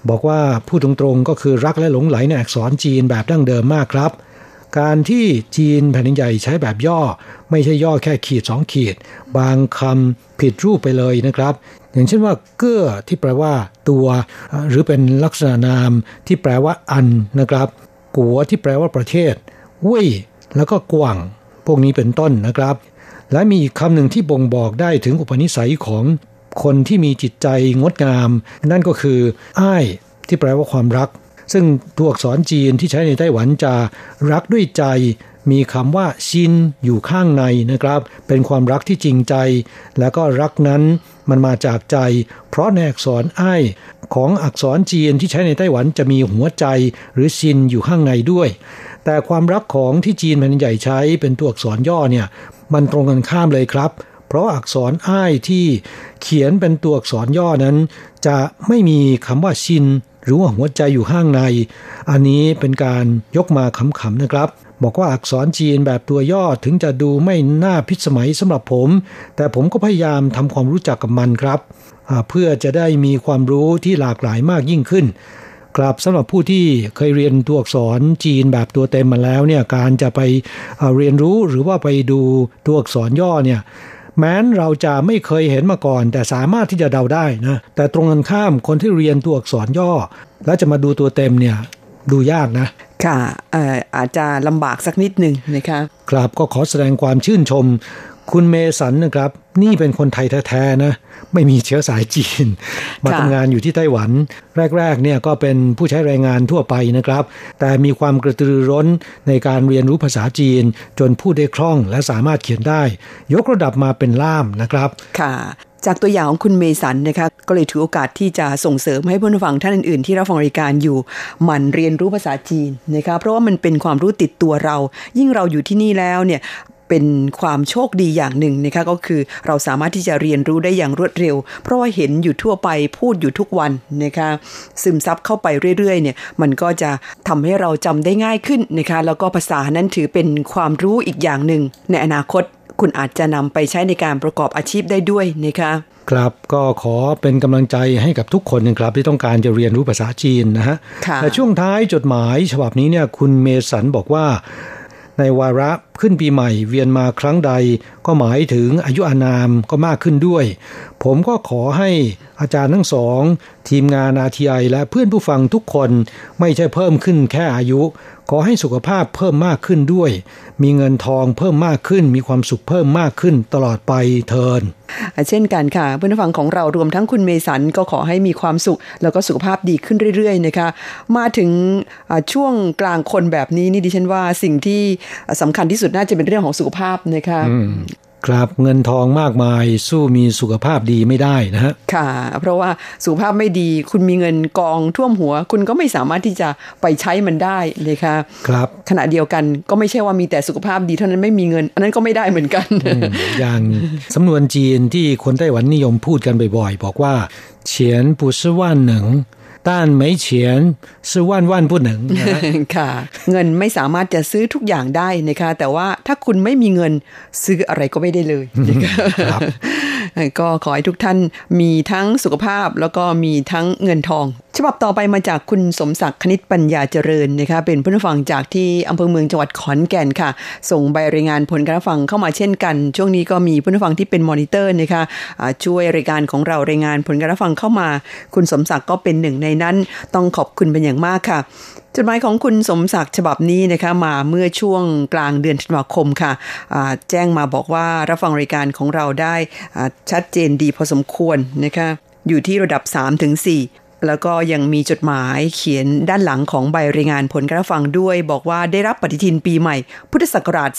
Speaker 2: บอกว่าพูดตรงๆก็คือรักและหลงไหลในอักษรจีนแบบดั้งเดิมมากครับการที่จีนแผ่นดินใหญ่ใช้แบบย่อไม่ใช่ย่อแค่ขีด2ขีดบางคำผิดรูปไปเลยนะครับอย่างเช่นว่าเก้อที่แปลว่าตัวหรือเป็นลักษณะนามที่แปลว่าอันนะครับกัวที่แปลว่าประเทศเว่ยแล้วก็กวางพวกนี้เป็นต้นนะครับและมีอีกคำหนึ่งที่บ่งบอกได้ถึงอุปนิสัยของคนที่มีจิตใจงดงามนั่นก็คืออ้ายที่แปลว่าความรักซึ่งตัวอักษรจีนที่ใช้ในไต้หวันจะรักด้วยใจมีคำว่าชินอยู่ข้างในนะครับเป็นความรักที่จริงใจแล้วก็รักนั้นมันมาจากใจเพราะในอักษรอ้ายของอักษรจีนที่ใช้ในไต้หวันจะมีหัวใจหรือชินอยู่ข้างในด้วยแต่ความรักของที่จีนแผ่นดินใหญ่ใช้เป็นตัวอักษรย่อเนี่ยมันตรงกันข้ามเลยครับเพราะอักษรอ้ายที่เขียนเป็นตัวอักษรย่อนั้นจะไม่มีคำว่าชินหรือว่าหัวใจอยู่ข้างในอันนี้เป็นการยกมาขำๆนะครับบอกว่าอักษรจีนแบบตัวย่อถึงจะดูไม่น่าพิสมัยสำหรับผมแต่ผมก็พยายามทำความรู้จักกับมันครับเพื่อจะได้มีความรู้ที่หลากหลายมากยิ่งขึ้นครับสำหรับผู้ที่เคยเรียนตัวอักษรจีนแบบตัวเต็มมาแล้วเนี่ยการจะไปเรียนรู้หรือว่าไปดูตัวอักษรย่อเนี่ยแม้นเราจะไม่เคยเห็นมาก่อนแต่สามารถที่จะเดาได้นะแต่ตรงกันข้ามคนที่เรียนตัวอักษรย่อแล้วจะมาดูตัวเต็มเนี่ยดูยากนะ
Speaker 1: ค่ะอาจจะลำบากสักนิดหนึ่งนะคะ
Speaker 2: ครับก็ขอแสดงความชื่นชมคุณเมสันนะครับนี่เป็นคนไทยแท้ๆนะไม่มีเชื้อสายจีนมาทำงานอยู่ที่ไต้หวันแรกๆเนี่ยก็เป็นผู้ใช้แรงงานทั่วไปนะครับแต่มีความกระตือรือร้นในการเรียนรู้ภาษาจีนจนพูดได้คล่องและสามารถเขียนได้ยกระดับมาเป็นล่ามนะครับ
Speaker 1: ค่ะจากตัวอย่างของคุณเมสันนะคะก็เลยถือโอกาสที่จะส่งเสริมให้ผู้ฟังท่านอื่นๆที่รับฟังรายการอยู่หมั่นเรียนรู้ภาษาจีนนะคะเพราะว่ามันเป็นความรู้ติดตัวเรายิ่งเราอยู่ที่นี่แล้วเนี่ยเป็นความโชคดีอย่างหนึ่งนะคะก็คือเราสามารถที่จะเรียนรู้ได้อย่างรวดเร็วเพราะว่าเห็นอยู่ทั่วไปพูดอยู่ทุกวันนะคะซึมซับเข้าไปเรื่อยๆเนี่ยมันก็จะทำให้เราจำได้ง่ายขึ้นนะคะแล้วก็ภาษานั้นถือเป็นความรู้อีกอย่างหนึ่งในอนาคตคุณอาจจะนำไปใช้ในการประกอบอาชีพได้ด้วยนะคะ
Speaker 2: ครับก็ขอเป็นกำลังใจให้กับทุกคนนะครับที่ต้องการจะเรียนรู้ภาษาจีนนะฮะแต่ช่วงท้ายจดหมายฉบับนี้เนี่ยคุณเมสันบอกว่าในวาระขึ้นปีใหม่เวียนมาครั้งใดก็หมายถึงอายุอานามก็มากขึ้นด้วยผมก็ขอให้อาจารย์ทั้งสองทีมงาน RTI และเพื่อนผู้ฟังทุกคนไม่ใช่เพิ่มขึ้นแค่อายุขอให้สุขภาพเพิ่มมากขึ้นด้วยมีเงินทองเพิ่มมากขึ้นมีความสุขเพิ่มมากขึ้นตลอดไปเทิน
Speaker 1: เช่นกันค่ะเพื่อนผู้ฟังของเรารวมทั้งคุณเมสันก็ขอให้มีความสุขแล้วก็สุขภาพดีขึ้นเรื่อยๆนะคะมาถึงช่วงกลางคนแบบนี้นี่ดิฉันว่าสิ่งที่สำคัญที่สุดน่าจะเป็นเรื่องของสุขภาพนะคะ
Speaker 2: ครับเงินทองมากมายสู้มีสุขภาพดีไม่ได้นะฮะ
Speaker 1: ค่ะเพราะว่าสุขภาพไม่ดีคุณมีเงินกองท่วมหัวคุณก็ไม่สามารถที่จะไปใช้มันได้เลยค่ะ
Speaker 2: ครับ
Speaker 1: ขณะเดียวกันก็ไม่ใช่ว่ามีแต่สุขภาพดีเท่านั้นไม่มีเงินอันนั้นก็ไม่ได้เหมือนกัน
Speaker 2: อย่างสำนวนจีนที่คนไต้หวันนิยมพูดกันบ่อยๆบอกว่าเฉียน不是万能但没钱是万万不能
Speaker 1: ค่ะเงินไม่สามารถจะซื้อทุกอย่างได้นะคะแต่ว่าถ้าคุณไม่มีเงินซื้ออะไรก็ไม่ได้เลยนะครับก็ขอให้ทุกท่านมีทั้งสุขภาพแล้วก็มีทั้งเงินทองฉบับต่อไปมาจากคุณสมศักดิ์คณิตปัญญาเจริญนะคะเป็นผู้ฟังจากที่อำเภอเมืองจังหวัดขอนแก่นค่ะส่งใบรายงานผลการฟังเข้ามาเช่นกันช่วงนี้ก็มีผู้ฟังที่เป็นมอนิเตอร์นะคะช่วยรายการของเรารายงานผลการฟังเข้ามาคุณสมศักดิ์ก็เป็นหนึ่งในนั้นต้องขอบคุณเป็นอย่างมากค่ะจดหมายของคุณสมศักดิ์ฉบับนี้นะคะมาเมื่อช่วงกลางเดือนธันวาคมค่ะแจ้งมาบอกว่ารับฟังรายการของเราได้ชัดเจนดีพอสมควรนะคะอยู่ที่ระดับ 3-4แล้วก็ยังมีจดหมายเขียนด้านหลังของใบรายงานผลการฟังด้วยบอกว่าได้รับปฏิทินปีใหม่พุทธศักราช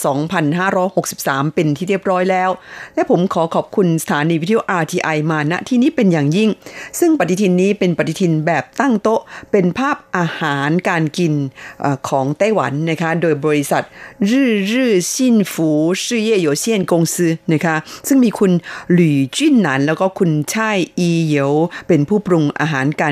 Speaker 1: 2563 เป็นที่เรียบร้อยแล้วและผมขอขอบคุณสถานีวิทยุ RTI มาณที่นี้เป็นอย่างยิ่งซึ่งปฏิทินนี้เป็นปฏิทินแบบตั้งโต๊ะเป็นภาพอาหารการกินของไต้หวันนะคะโดยบริษัทรื่อซิ่นฝูชื่อเย่有限公司นะคะซึ่งมีคุณหลี่จิ้นหนันแล้วก็คุณช่ายอีเหยวเป็นผู้ปรุงอาหารการ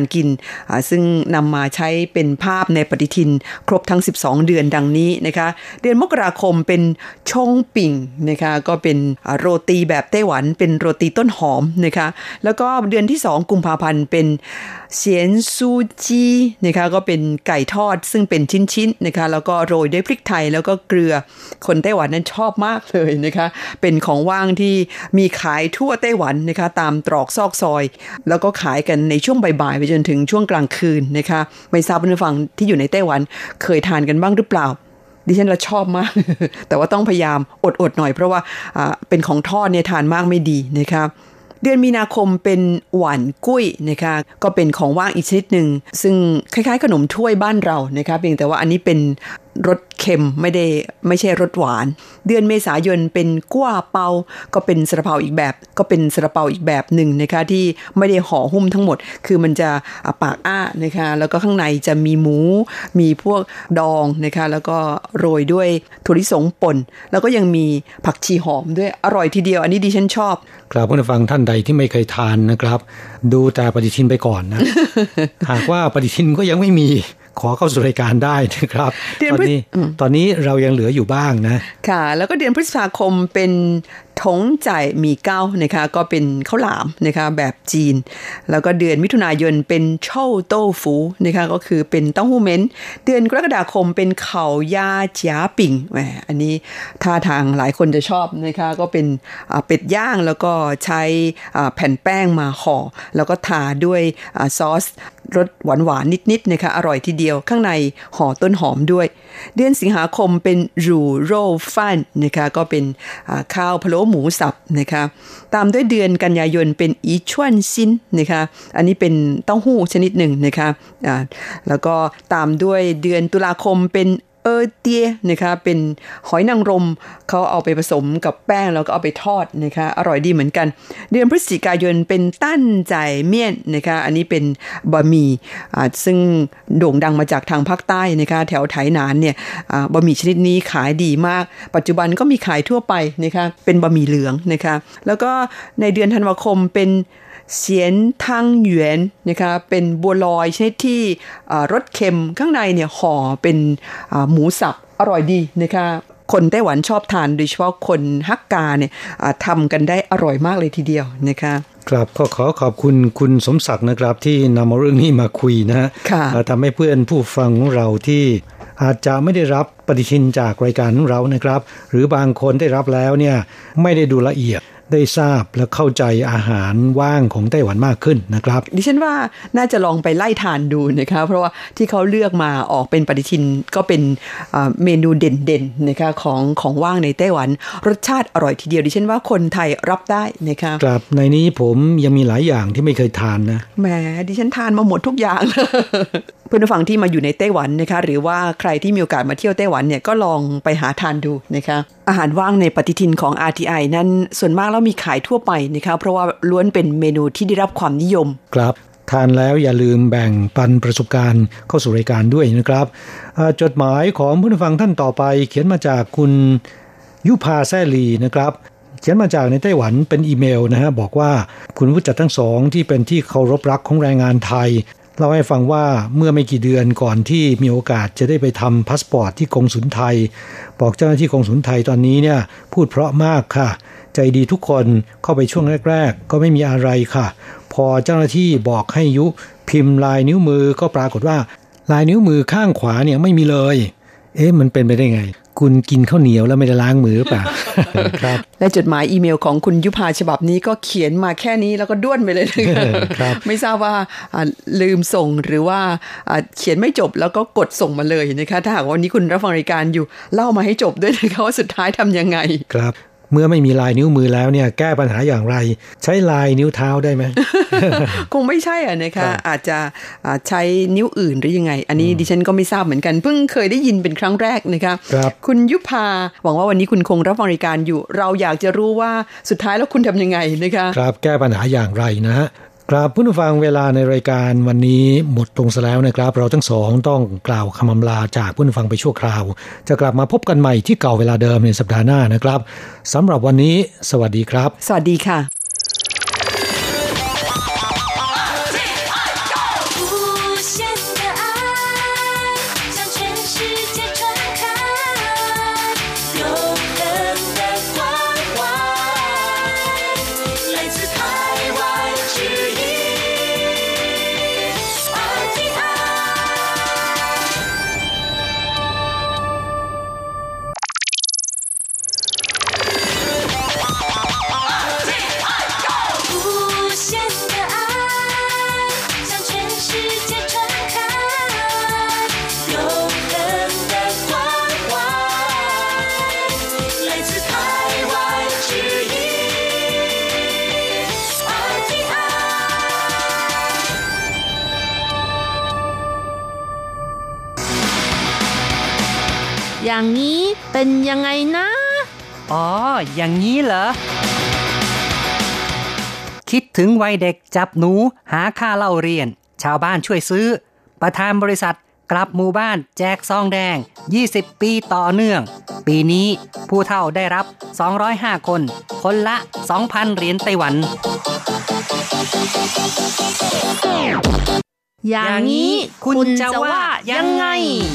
Speaker 1: กินซึ่งนำมาใช้เป็นภาพในปฏิทินครบทั้ง12เดือนดังนี้นะคะเดือนมกราคมเป็นชงปิ่งนะคะก็เป็นโรตีแบบไต้หวันเป็นโรตีต้นหอมนะคะแล้วก็เดือนที่2กุมภาพันธ์เป็นเซียนซูจีนะคะก็เป็นไก่ทอดซึ่งเป็นชิ้นๆนะคะแล้วก็โรยด้วยพริกไทยแล้วก็เกลือคนไต้หวันนั้นชอบมากเลยนะคะเป็นของว่างที่มีขายทั่วไต้หวันนะคะตามตรอกซอกซอยแล้วก็ขายกันในช่วงบ่ายๆไปจนถึงช่วงกลางคืนนะคะไม่ทราบผู้ฟังที่อยู่ในไต้หวันเคยทานกันบ้างหรือเปล่าดิฉันละชอบมาก แต่ว่าต้องพยายามอดๆหน่อยเพราะว่าเป็นของทอดเนี่ยทานมากไม่ดีนะคะเดือนมีนาคมเป็นหวานกุ้ยนะคะก็เป็นของว่างอีกชนิดหนึ่งซึ่งคล้ายๆขนมถ้วยบ้านเรานะคะเพียงแต่ว่าอันนี้เป็นรสเค็มไม่ใช่รสหวานเดือนเมษายนเป็นกั่วเปาก็เป็นซาลาเปาอีกแบบหนึ่งนะคะที่ไม่ได้ห่อหุ้มทั้งหมดคือมันจะปากอ้านะคะแล้วก็ข้างในจะมีหมูมีพวกดองนะคะแล้วก็โรยด้วยถั่วลิสงป่นแล้วก็ยังมีผักชีหอมด้วยอร่อยทีเดียวอันนี้ดิฉันชอบ
Speaker 2: ครับผู้ฟังท่านใดที่ไม่เคยทานนะครับดูแต่ปฏิทินไปก่อนนะ หากว่าปฏิทินก็ยังไม่มีขอเข้าสู่รายการได้นะครับตอนนี้เรายังเหลืออยู่บ้างนะ
Speaker 1: ค่ะแล้วก็เดือนพฤษภาคมเป็นถงจ่ายมีเก้านะคะก็เป็นข้าวหลามนะคะแบบจีนแล้วก็เดือนมิถุนายนเป็นเช่าโต้ฟูนะคะก็คือเป็นเต้าหู้เม้นเดือนกรกฎาคมเป็นเข่ายาเจียปิ่งแหมอันนี้ท่าทางหลายคนจะชอบนะคะก็เป็นเป็ดย่างแล้วก็ใช้แผ่นแป้งมาห่อแล้วก็ทาด้วยซอสรสหวานๆนิดๆนะคะอร่อยทีเดียวข้างในห่อต้นหอมด้วยเดือนสิงหาคมเป็นรูโรฟันนะคะก็เป็นข้าวพะโล้หมูสับนะคะตามด้วยเดือนกันยายนเป็นอีชวนซินนะคะอันนี้เป็นเต้าหู้ชนิดหนึ่งนะคะแล้วก็ตามด้วยเดือนตุลาคมเป็นเตี้ยนะคะเป็นหอยนางรมเขาเอาไปผสมกับแป้งแล้วก็เอาไปทอดนะคะอร่อยดีเหมือนกันเดือนพฤศจิกายนเป็นตั้นจ่ายเมี่ยนนะคะอันนี้เป็นบะหมี่ซึ่งโด่งดังมาจากทางภาคใต้นะคะแถวไถหนานเนี่ยบะหมี่ชนิดนี้ขายดีมากปัจจุบันก็มีขายทั่วไปนะคะเป็นบะหมี่เหลืองนะคะแล้วก็ในเดือนธันวาคมเป็นเสียนทังหยวนนะคะเป็นบัวลอยชนิดที่รสเค็มข้างในเนี่ยห่อเป็นหมูสับอร่อยดีนะคะคนไต้หวันชอบทานโดยเฉพาะคนฮักกาเนี่ยทำกันได้อร่อยมากเลยทีเดียวนะคะ
Speaker 2: ครับขอขอบคุณคุณสมศักดิ์นะครับที่นำเรื่องนี้มาคุยนะทำให้เพื่อนผู้ฟังของเราที่อาจจะไม่ได้รับปฏิทินจากรายการของเรานะครับหรือบางคนได้รับแล้วเนี่ยไม่ได้ดูละเอียดได้ทราบและเข้าใจอาหารว่างของไต้หวันมากขึ้นนะครับ
Speaker 1: ดิฉันว่าน่าจะลองไปไล่ทานดูนะคะเพราะว่าที่เขาเลือกมาออกเป็นปฏิทินก็เป็นเมนูเด่นๆนะคะของว่างในไต้หวันรสชาติอร่อยทีเดียวดิฉันว่าคนไทยรับได้นะคะ
Speaker 2: ครับในนี้ผมยังมีหลายอย่างที่ไม่เคยทานนะ
Speaker 1: แหมดิฉันทานมาหมดทุกอย่าง เพื่อนผู้ฟังที่มาอยู่ในไต้หวันนะคะหรือว่าใครที่มีโอกาสมาเที่ยวไต้หวันเนี่ยก็ลองไปหาทานดูนะคะอาหารว่างในปฏิทินของ RTI นั้นส่วนมากแล้วมีขายทั่วไปนะคะเพราะว่าล้วนเป็นเมนูที่ได้รับความนิยม
Speaker 2: ครับทานแล้วอย่าลืมแบ่งปันประสบการณ์เข้าสู่รายการด้วยนะครับจดหมายของผู้ฟังท่านต่อไปเขียนมาจากคุณยุพาแซ่ลีนะครับเขียนมาจากในไต้หวันเป็นอีเมลนะฮะบอกว่าคุณผู้จัดทั้งสองที่เป็นที่เคารพรักของแรงงานไทยเล่าให้ฟังว่าเมื่อไม่กี่เดือนก่อนที่มีโอกาสจะได้ไปทำพาสปอร์ตที่กงสุลไทยบอกเจ้าหน้าที่กงสุลไทยตอนนี้เนี่ยพูดเพราะมากค่ะใจดีทุกคนเข้าไปช่วงแรกๆก็ไม่มีอะไรค่ะพอเจ้าหน้าที่บอกให้ยุพิมพ์ลายนิ้วมือก็ปรากฏว่าลายนิ้วมือข้างขวาเนี่ยไม่มีเลยมันเป็นไปได้ไงคุณกินข้าวเหนียวแล้วไม่ได้ล้างมือหรือเปล่า
Speaker 1: ครับและจดหมายอีเมลของคุณยุพาฉบับนี้ก็เขียนมาแค่นี้แล้วก็ด้วนไปเลยนะครับ ไม่ทราบว่าลืมส่งหรือว่าเขียนไม่จบแล้วก็กดส่งมาเลยนะคะถ้าหากวันนี้คุณรับฟังรายการอยู่เล่ามาให้จบด้วยนะคะว่าสุดท้ายทำยังไง
Speaker 2: ครับเมื่อไม่มีลายนิ้วมือแล้วเนี่ยแก้ปัญหาอย่างไรใช้ลายนิ้วเท้าได้ไหม
Speaker 1: คงไม่ใช่นะคะอาจจะใช้นิ้วอื่นหรือยังไงอันนี้ดิฉันก็ไม่ทราบเหมือนกันเพิ่งเคยได้ยินเป็นครั้งแรกนะคะคุณยุพาหวังว่าวันนี้คุณคงรับฟังรายการอยู่เราอยากจะรู้ว่าสุดท้ายแล้วคุณทำยังไงนะคะ
Speaker 2: ครับแก้ปัญหาอย่างไรนะฮะครับผู้ฟังเวลาในรายการวันนี้หมดลงซะแล้วนะครับเราทั้งสองต้องกล่าวคำอำลาจากผู้ฟังไปชั่วคราวจะกลับมาพบกันใหม่ที่เก่าเวลาเดิมในสัปดาห์หน้านะครับสำหรับวันนี้สวัสดีครับ
Speaker 1: สวัสดีค่ะ
Speaker 3: อย่างนี้เป็นยังไงนะ
Speaker 4: อ๋ออย่างนี้เหรอคิดถึงวัยเด็กจับหนูหาค่าเล่าเรียนชาวบ้านช่วยซื้อประธานบริษัทกลับหมู่บ้านแจกซองแดง20ปีต่อเนื่องปีนี้ผู้เฒ่าได้รับ205คนคนละ 2,000 เหรียญไต้หวัน
Speaker 3: อย่างนี้คุณจะว่ายังไง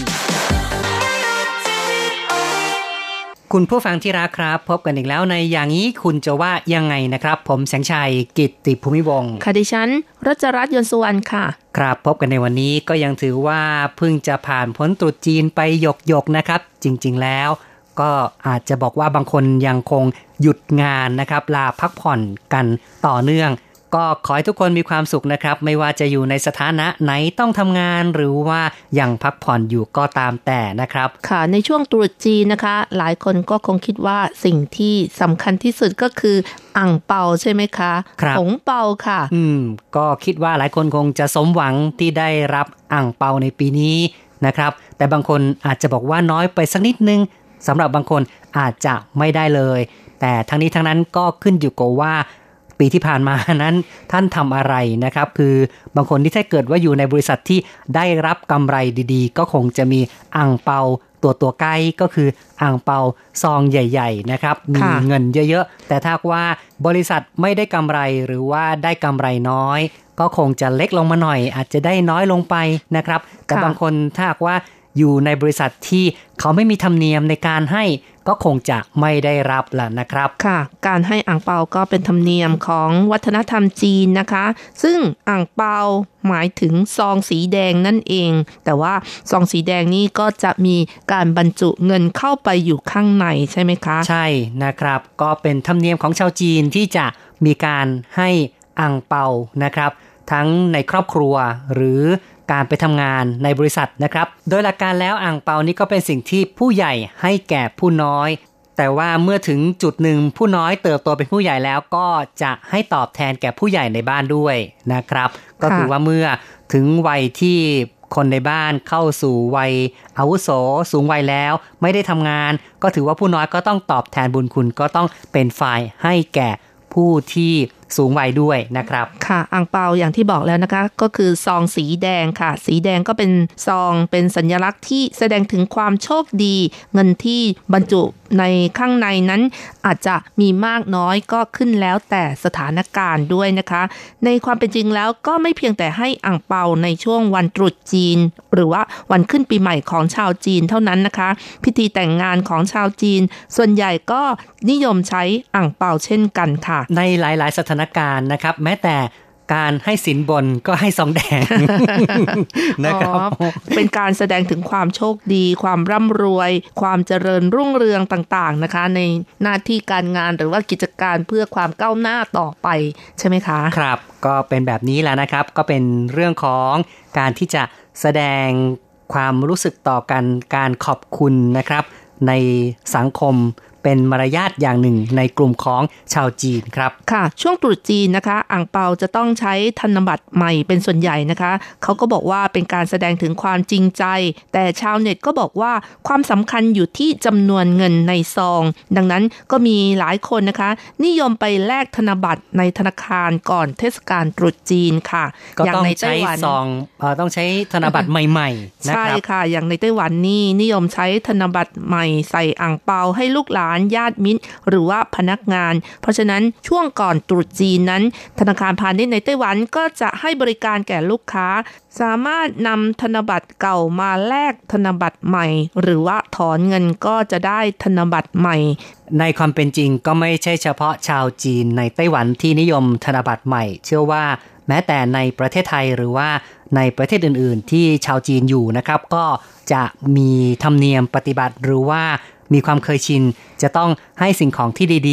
Speaker 4: คุณผู้ฟังที่รักครับพบกันอีกแล้วในอย่างนี้คุณจะว่ายังไงนะครับผมแสงชัยกิตติภูมิวงศ์
Speaker 3: ค่ะดิฉันรัชรัตน์ยนต์สุวรรณค่ะ
Speaker 4: ครับพบกันในวันนี้ก็ยังถือว่าเพิ่งจะผ่านพ้นตรุษจีนไปหยกๆนะครับจริงๆแล้วก็อาจจะบอกว่าบางคนยังคงหยุดงานนะครับลาพักผ่อนกันต่อเนื่องก็ขอให้ทุกคนมีความสุขนะครับไม่ว่าจะอยู่ในสถานะไหนต้องทำงานหรือว่ายังพักผ่อนอยู่ก็ตามแต่นะครับ
Speaker 3: ค่ะในช่วงตรุษจีนนะคะหลายคนก็คงคิดว่าสิ่งที่สำคัญที่สุดก็คืออั่งเปาใช่ไหมคะหงเปาค่ะ
Speaker 4: ก็คิดว่าหลายคนคงจะสมหวังที่ได้รับอั่งเปาในปีนี้นะครับแต่บางคนอาจจะบอกว่าน้อยไปสักนิดนึงสำหรับบางคนอาจจะไม่ได้เลยแต่ทั้งนี้ทั้งนั้นก็ขึ้นอยู่กับว่าปีที่ผ่านมานั้นท่านทำอะไรนะครับคือบางคนที่ถ้าเกิดว่าอยู่ในบริษัทที่ได้รับกำไรดีๆก็คงจะมีอั่งเปาตัวใกล้ก็คืออั่งเปาซองใหญ่ๆนะครับมีเงินเยอะๆแต่ถ้าว่าบริษัทไม่ได้กำไรหรือว่าได้กำไรน้อยก็คงจะเล็กลงมาหน่อยอาจจะได้น้อยลงไปนะครับแต่บางคนถ้าว่าอยู่ในบริษัทที่เขาไม่มีธรรมเนียมในการให้ก็คงจะไม่ได้รับล่ะนะครับ
Speaker 3: ค่ะการให้อั่งเปาก็เป็นธรรมเนียมของวัฒนธรรมจีนนะคะซึ่งอั่งเปาหมายถึงซองสีแดงนั่นเองแต่ว่าซองสีแดงนี่ก็จะมีการบรรจุเงินเข้าไปอยู่ข้างในใช่ไหมคะ
Speaker 4: ใช่นะครับก็เป็นธรรมเนียมของชาวจีนที่จะมีการให้อั่งเปานะครับทั้งในครอบครัวหรือการไปทำงานในบริษัทนะครับโดยหลักการแล้วอั่งเปานี้ก็เป็นสิ่งที่ผู้ใหญ่ให้แก่ผู้น้อยแต่ว่าเมื่อถึงจุดหนึ่งผู้น้อยเติบโตเป็นผู้ใหญ่แล้วก็จะให้ตอบแทนแก่ผู้ใหญ่ในบ้านด้วยนะครับก็คือว่าเมื่อถึงวัยที่คนในบ้านเข้าสู่วัยอาวุโสสูงวัยแล้วไม่ได้ทำงานก็ถือว่าผู้น้อยก็ต้องตอบแทนบุญคุณก็ต้องเป็นฝ่ายให้แก่ผู้ที่สูงวัยด้วยนะครับ
Speaker 3: ค่ะอั่งเปาอย่างที่บอกแล้วนะคะก็คือซองสีแดงค่ะสีแดงก็เป็นซองเป็นสัญลักษณ์ที่แสดงถึงความโชคดีเงินที่บรรจุในข้างในนั้นอาจจะมีมากน้อยก็ขึ้นแล้วแต่สถานการณ์ด้วยนะคะในความเป็นจริงแล้วก็ไม่เพียงแต่ให้อั่งเปาในช่วงวันตรุษจีนหรือว่าวันขึ้นปีใหม่ของชาวจีนเท่านั้นนะคะพิธีแต่งงานของชาวจีนส่วนใหญ่ก็นิยมใช้อั่งเปาเช่นกันค่ะ
Speaker 4: ในหลายๆสถานการณ์นะครับแม้แต่การให้สินบนก็ให้ซองแดง
Speaker 3: นะครับเป็นการแสดงถึงความโชคดีความร่ำรวยความเจริญรุ่งเรืองต่างๆนะคะในหน้าที่การงานหรือว่ากิจการเพื่อความก้าวหน้าต่อไปใช่ไหมคะ
Speaker 4: ครับก็เป็นแบบนี้แหละนะครับก็เป็นเรื่องของการที่จะแสดงความรู้สึกต่อกันการขอบคุณนะครับในสังคมเป็นมารยาทอย่างหนึ่งในกลุ่มของชาวจีนครับ
Speaker 3: ค่ะช่วงตรุษจีนนะคะอั่งเปาจะต้องใช้ธนบัตรใหม่เป็นส่วนใหญ่นะคะเขาก็บอกว่าเป็นการแสดงถึงความจริงใจแต่ชาวเน็ตก็บอกว่าความสำคัญอยู่ที่จำนวนเงินในซองดังนั้นก็มีหลายคนนะคะนิยมไปแลกธนบัตรในธนาคารก่อนเทศกาลตรุษจีนค่ะ
Speaker 4: อย่างในไต้หวันต้องใช้ธนบัตรใหม่ๆนะครับ
Speaker 3: ใช่ค่ะอย่างในไต้หวันนี่นิยมใช้ธนบัตรใหม่ใส่อั่งเปาให้ลูกหลานญาติมิตรหรือว่าพนักงานเพราะฉะนั้นช่วงก่อนตรุษจีนนั้นธนาคารพาณิชย์ในไต้หวันก็จะให้บริการแก่ลูกค้าสามารถนำธนบัตรเก่ามาแลกธนบัตรใหม่หรือว่าถอนเงินก็จะได้ธนบัตรใหม่
Speaker 4: ในความเป็นจริงก็ไม่ใช่เฉพาะชาวจีนในไต้หวันที่นิยมธนบัตรใหม่เชื่อว่าแม้แต่ในประเทศไทยหรือว่าในประเทศอื่นๆที่ชาวจีนอยู่นะครับก็จะมีธรรมเนียมปฏิบัติหรือว่ามีความเคยชินจะต้องให้สิ่งของที่ดีๆ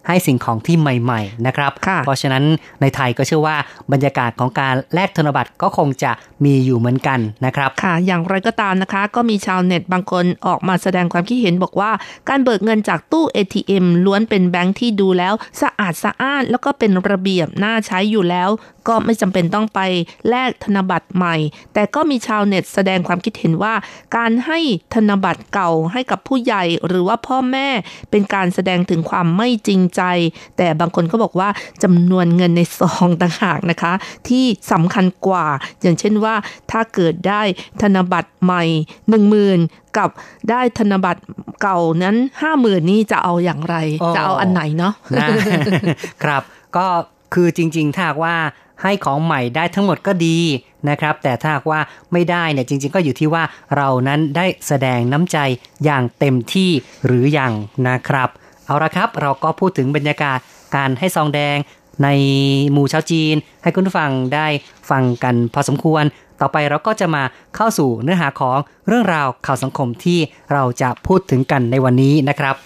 Speaker 4: ให้สิ่งของที่ใหม่ๆนะครับเพราะฉะนั้นในไทยก็เชื่อว่าบรรยากาศของการแลกธนบัตรก็คงจะมีอยู่เหมือนกันนะครับ
Speaker 3: ค่ะอย่างไรก็ตามนะคะก็มีชาวเน็ตบางคนออกมาแสดงความคิดเห็นบอกว่าการเบิกเงินจากตู้ ATM ล้วนเป็นแบงค์ที่ดูแล้วสะอาดสะอ้านแล้วก็เป็นระเบียบน่าใช้อยู่แล้วก็ไม่จำเป็นต้องไปแลกธนบัตรใหม่แต่ก็มีชาวเน็ตแสดงความคิดเห็นว่าการให้ธนบัตรเก่าให้กับผู้ใหญ่หรือว่าพ่อแม่เป็นการแสดงถึงความไม่จริงใจแต่บางคนก็บอกว่าจำนวนเงินในซองต่างหากนะคะที่สำคัญกว่าอย่างเช่นว่าถ้าเกิดได้ธนบัตรใหม่ 10,000 กับได้ธนบัตรเก่านั้น 50,000 นี่จะเอาอย่างไรจะเอาอันไหนเนาะ
Speaker 4: ครับก็คือจริงๆถ้าว่าให้ของใหม่ได้ทั้งหมดก็ดีนะครับแต่ถ้าว่าไม่ได้เนี่ยจริงๆก็อยู่ที่ว่าเรานั้นได้แสดงน้ำใจอย่างเต็มที่หรือยังนะครับเอาละครับเราก็พูดถึงบรรยากาศการให้ซองแดงในหมู่ชาวจีนให้คุณผู้ฟังได้ฟังกันพอสมควรต่อไปเราก็จะมาเข้าสู่เนื้อหาของเรื่องราวข่าวสังคมที่เราจะพูดถึงกันในวันนี้นะครับ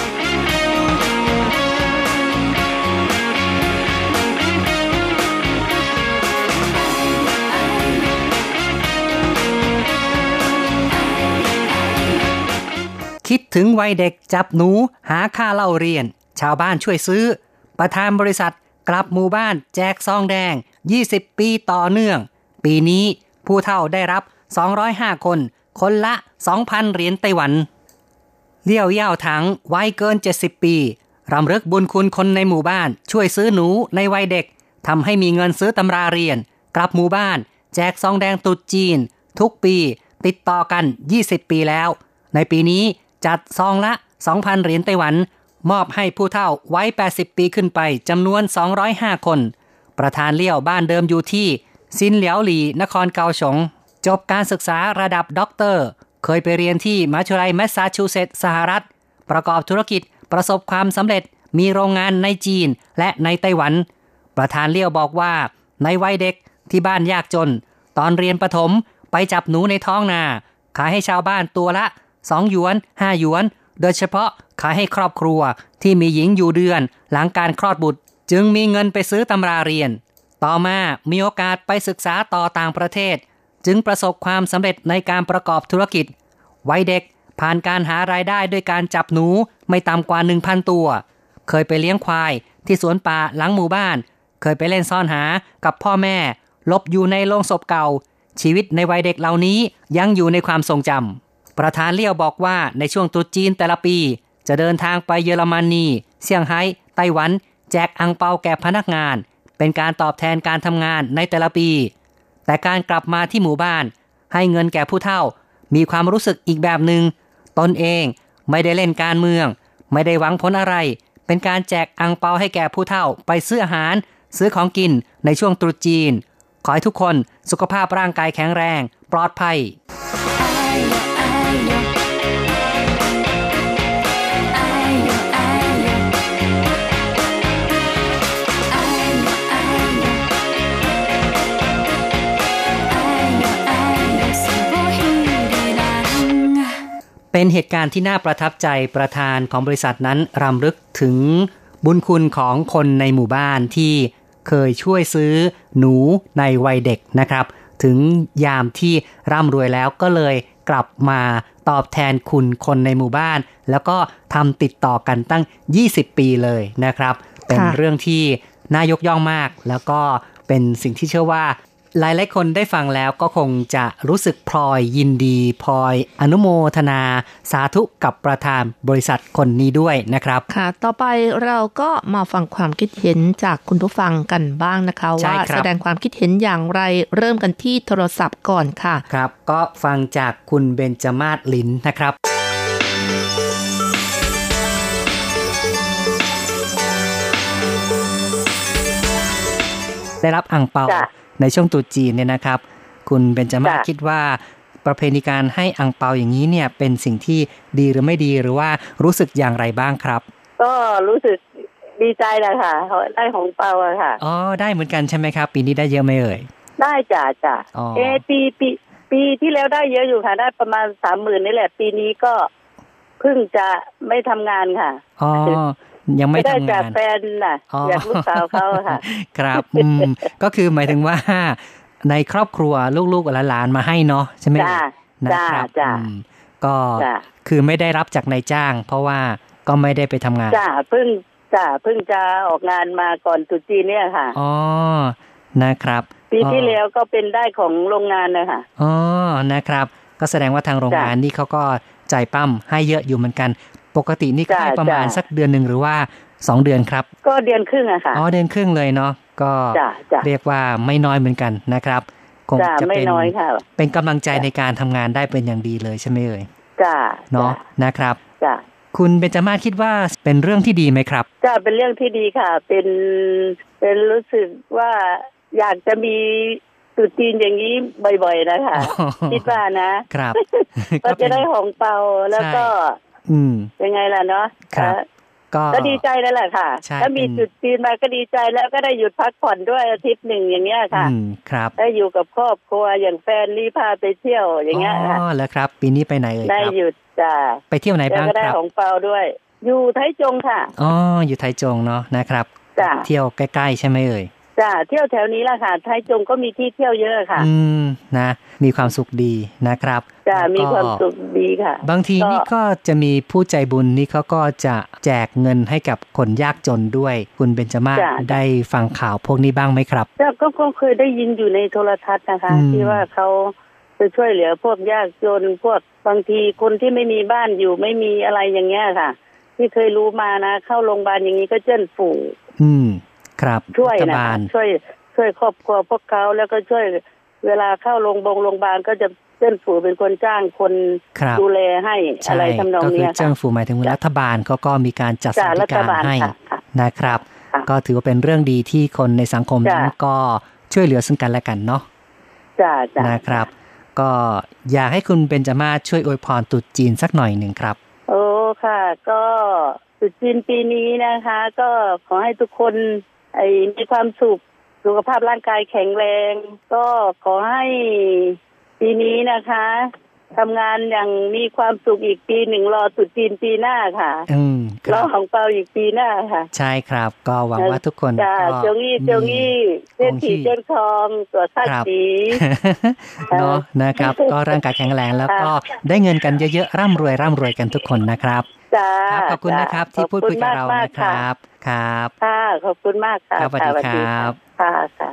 Speaker 4: คิดถึงวัยเด็กจับหนูหาค่าเล่าเรียนชาวบ้านช่วยซื้อประธานบริษัทกลับหมู่บ้านแจกซองแดง20 ปีต่อเนื่องปีนี้ผู้เฒ่าได้รับ205คนคนละ 2,000 เหรียญไต้หวันเลี้ยวย่าวถังวัยเกิน70ปีรำลึกบุญคุณคนในหมู่บ้านช่วยซื้อหนูในวัยเด็กทำให้มีเงินซื้อตำราเรียนกลับหมู่บ้านแจกซองแดงตรุษจีนทุกปีติดต่อกัน20 ปีแล้วในปีนี้จัดซองละ 2,000 เหรียญไต้หวันมอบให้ผู้เฒ่าวัย80 ปีขึ้นไปจำนวน205คนประธานเลี้ยวบ้านเดิมอยู่ที่ซินเหลียวหลีนครเกาสงจบการศึกษาระดับด็อกเตอร์เคยไปเรียนที่มหาวิทยาลัยแมสซาชูเซตส์สหรัฐประกอบธุรกิจประสบความสำเร็จมีโรงงานในจีนและในไต้หวันประธานเลี้ยวบอกว่าในวัยเด็กที่บ้านยากจนตอนเรียนประถมไปจับหนูในท้องนาขายให้ชาวบ้านตัวละ2 หยวน5 หยวนโดยเฉพาะขายให้ครอบครัวที่มีหญิงอยู่เดือนหลังการคลอดบุตรจึงมีเงินไปซื้อตำราเรียนต่อมามีโอกาสไปศึกษาต่อต่างประเทศจึงประสบความสำเร็จในการประกอบธุรกิจวัยเด็กผ่านการหารายได้ด้วยการจับหนูไม่ต่ำกว่า 1,000 ตัวเคยไปเลี้ยงควายที่สวนป่าหลังหมู่บ้านเคยไปเล่นซ่อนหากับพ่อแม่หลบอยู่ในโรงศพเก่าชีวิตในวัยเด็กเหล่านี้ยังอยู่ในความทรงจำประธานเลี้ยวบอกว่าในช่วงตรุษจีนแต่ละปีจะเดินทางไปเยอรมนีเซี่ยงไฮ้ไต้หวันแจกอั่งเปาแก่พนักงานเป็นการตอบแทนการทำงานในแต่ละปีแต่การกลับมาที่หมู่บ้านให้เงินแก่ผู้เฒ่ามีความรู้สึกอีกแบบหนึ่งตนเองไม่ได้เล่นการเมืองไม่ได้หวังผลอะไรเป็นการแจกอั่งเปาให้แก่ผู้เฒ่าไปซื้ออาหารซื้อของกินในช่วงตรุษจีนขอให้ทุกคนสุขภาพร่างกายแข็งแรงปลอดภัยเป็นเหตุการณ์ที่น่าประทับใจประธานของบริษัทนั้นรำลึกถึงบุญคุณของคนในหมู่บ้านที่เคยช่วยซื้อหนูในวัยเด็กนะครับถึงยามที่ร่ำรวยแล้วก็เลยกลับมาตอบแทนคุณคนในหมู่บ้านแล้วก็ทำติดต่อกันตั้ง20 ปีเลยนะครับเป็นเรื่องที่น่ายกย่องมากแล้วก็เป็นสิ่งที่เชื่อว่าหลายๆคนได้ฟังแล้วก็คงจะรู้สึกพลอยยินดีพลอยอนุโมทนาสาธุกับประธานบริษัทคนนี้ด้วยนะครับค่ะ
Speaker 3: ต่อไปเราก็มาฟังความคิดเห็นจากคุณผู้ฟังกันบ้างนะคะว่าแสดงความคิดเห็นอย่างไรเริ่มกันที่โทรศัพท์ก่อนค่ะ
Speaker 4: ครับก็ฟังจากคุณเบญจมาศลินนะครับได้รับอั่งเปาในช่วงตรุษจีนเนี่ยนะครับคุณเบญจมาศคิดว่าประเพณีการให้อั่งเปาอย่างนี้เนี่ยเป็นสิ่งที่ดีหรือไม่ดีหรือว่ารู้สึกอย่างไรบ้างครับ
Speaker 5: ก็รู้สึกดีใจแหละค่ะได้ของเปาอะค่ะ
Speaker 4: อ๋อได้เหมือนกันใช่ไหมครับปีนี้ได้เยอะไหมเอ่ย
Speaker 5: ได้จ้ะปีที่แล้วได้เยอะอยู่ค่ะได้ประมาณ 30,000 นี่แหละปีนี้ก็เพิ่งจะไม่ทำงานค่ะ
Speaker 4: อ๋อยังไม่ทำงาน
Speaker 5: ได้จากแฟนน่ะอยากลูกสาวเขาค่ะ
Speaker 4: ครับก็คือหมายถึงว่าในครอบครัวลูกๆหลานๆมาให้เนาะใช่ไหมนะครับก็คือไม่ได้รับจากนายจ้างเพราะว่าก็ไม่ได้ไปทำงาน
Speaker 5: เพิ่งจะออกงานมาก่อนตรุษจีนเนี่ยค่ะ
Speaker 4: อ๋อนะครับ
Speaker 5: ปีที่แล้วก็เป็นได้ของโรงงานนะคะ
Speaker 4: อ๋อนะครับก็แสดงว่าทางโรงงานนี่เขาก็จ่ายปั้มให้เยอะอยู่เหมือนกันปกตินี่ให้ประมาณสักเดือนนึงหรือว่า2เดือนครับ
Speaker 5: ก็เดือนครึ่งอะค่ะ
Speaker 4: อ๋อเดือนครึ่งเลยเนาะก็เรียกว่าไม่น้อยเหมือนกันนะครับคงจะเป็นกำลังใจในการทำงานได้เป็นอย่างดีเลยใช่ไหมเอ่ยเนาะนะครับคุณเบญจมาศคิดว่าเป็นเรื่องที่ดีไหมครับ
Speaker 5: เป็นเรื่องที่ดีค่ะเป็นรู้สึกว่าอยากจะมีตรุษจีนอย่างนี้บ่อยๆนะคะคิดว่านะครับก็จะได้ของเปาแล้วก็ยังไงล่ะเนาะก็ดีใจแล้วแหละค่ะถ้ามีตรุษจีนมาก็ดีใจแล้วก็ได้หยุดพักผ่อนด้วยอาทิตย์หนึ่งอย่างเงี้ยค่ะ
Speaker 4: ครับ
Speaker 5: ได้อยู่กับครอบครัวอย่างแฟนนี่พาไปเที่ยวอย่างเงี้ยค่ะ
Speaker 4: อ๋อแล้วครับปีนี้ไปไหนเอ่ย
Speaker 5: ได้หยุด
Speaker 4: ไปเที่ยวไหนบ้างครับ
Speaker 5: ได้ของเปาด้วยอยู่ไทจงค่ะ
Speaker 4: อ๋ออยู่ไทจงเนาะนะครับเที่ยวใกล้ๆใช่ไหมเอ่ย
Speaker 5: เที่ยวแถวนี้แหละค่ะไทจงก็มีที่เที่ยวเยอะค่ะ
Speaker 4: นะมีความสุขดีนะครับ
Speaker 5: มีความสุขดีค่ะ
Speaker 4: บางทีนี่ก็จะมีผู้ใจบุญนี่เขาก็จะแจกเงินให้กับคนยากจนด้วยคุณเบญจมาศได้ฟังข่าวพวกนี้บ้างไหมครับ
Speaker 5: ก็เคยได้ยินอยู่ในโทรทัศน์นะคะที่ว่าเขาจะช่วยเหลือพวกยากจนพวกบางทีคนที่ไม่มีบ้านอยู่ไม่มีอะไรอย่างเงี้ยค่ะที่เคยรู้มานะเข้าโรงพยาบาลอย่างนี้ก็เจิ้นฝู่
Speaker 4: ครับ
Speaker 5: ช่วยนะช่วยครอบครัวพวกเขาแล้วก็ช่วยเวลาเข้าโรงพยาบาลก็จะเจิ้นฝู่เป็นคนจ้างคนดูแลให้อะไรทำนองนี้ค่ะ
Speaker 4: ก็คือเจิ้นฝู่หมายถึงรัฐบาลก็มีการจัดสวัสดิการให้นะครับก็ถือว่าเป็นเรื่องดีที่คนในสังคมนั้นก็ช่วยเหลือซึ่งกันและกันเนาะนะครับก็อยากให้คุณเบญจมาศช่วยอวยพรตรุษจีนสักหน่อยหนึ่งครับ
Speaker 5: โอ้ค่ะก็ตรุษจีนปีนี้นะคะก็ขอให้ทุกคนมีความสุขภาพร่างกายแข็งแรงก็ขอให้ปีนี้นะคะทำงานอย่างมีความสุขอีกปีหนึ่งรอตรุษจีนปีหน้าค่ะรอของเปาอีกปีหน้าค่ะ
Speaker 4: ใช่ครับก็หวังว่าทุกคนก็
Speaker 5: เจ้างี้เส้นถี่เส้นทองตัวท่าสี
Speaker 4: เนาะนะครับก็ร่างกายแข็งแรงแล้วก็ได้เงินกันเยอะๆร่ำรวยกันทุกคนนะครับขอบคุณนะครับที่พูดคุยกับเรานะครับครับ
Speaker 5: ค่ะขอบคุณมากค่ะ
Speaker 4: สวัสดีครับ
Speaker 5: ค่ะ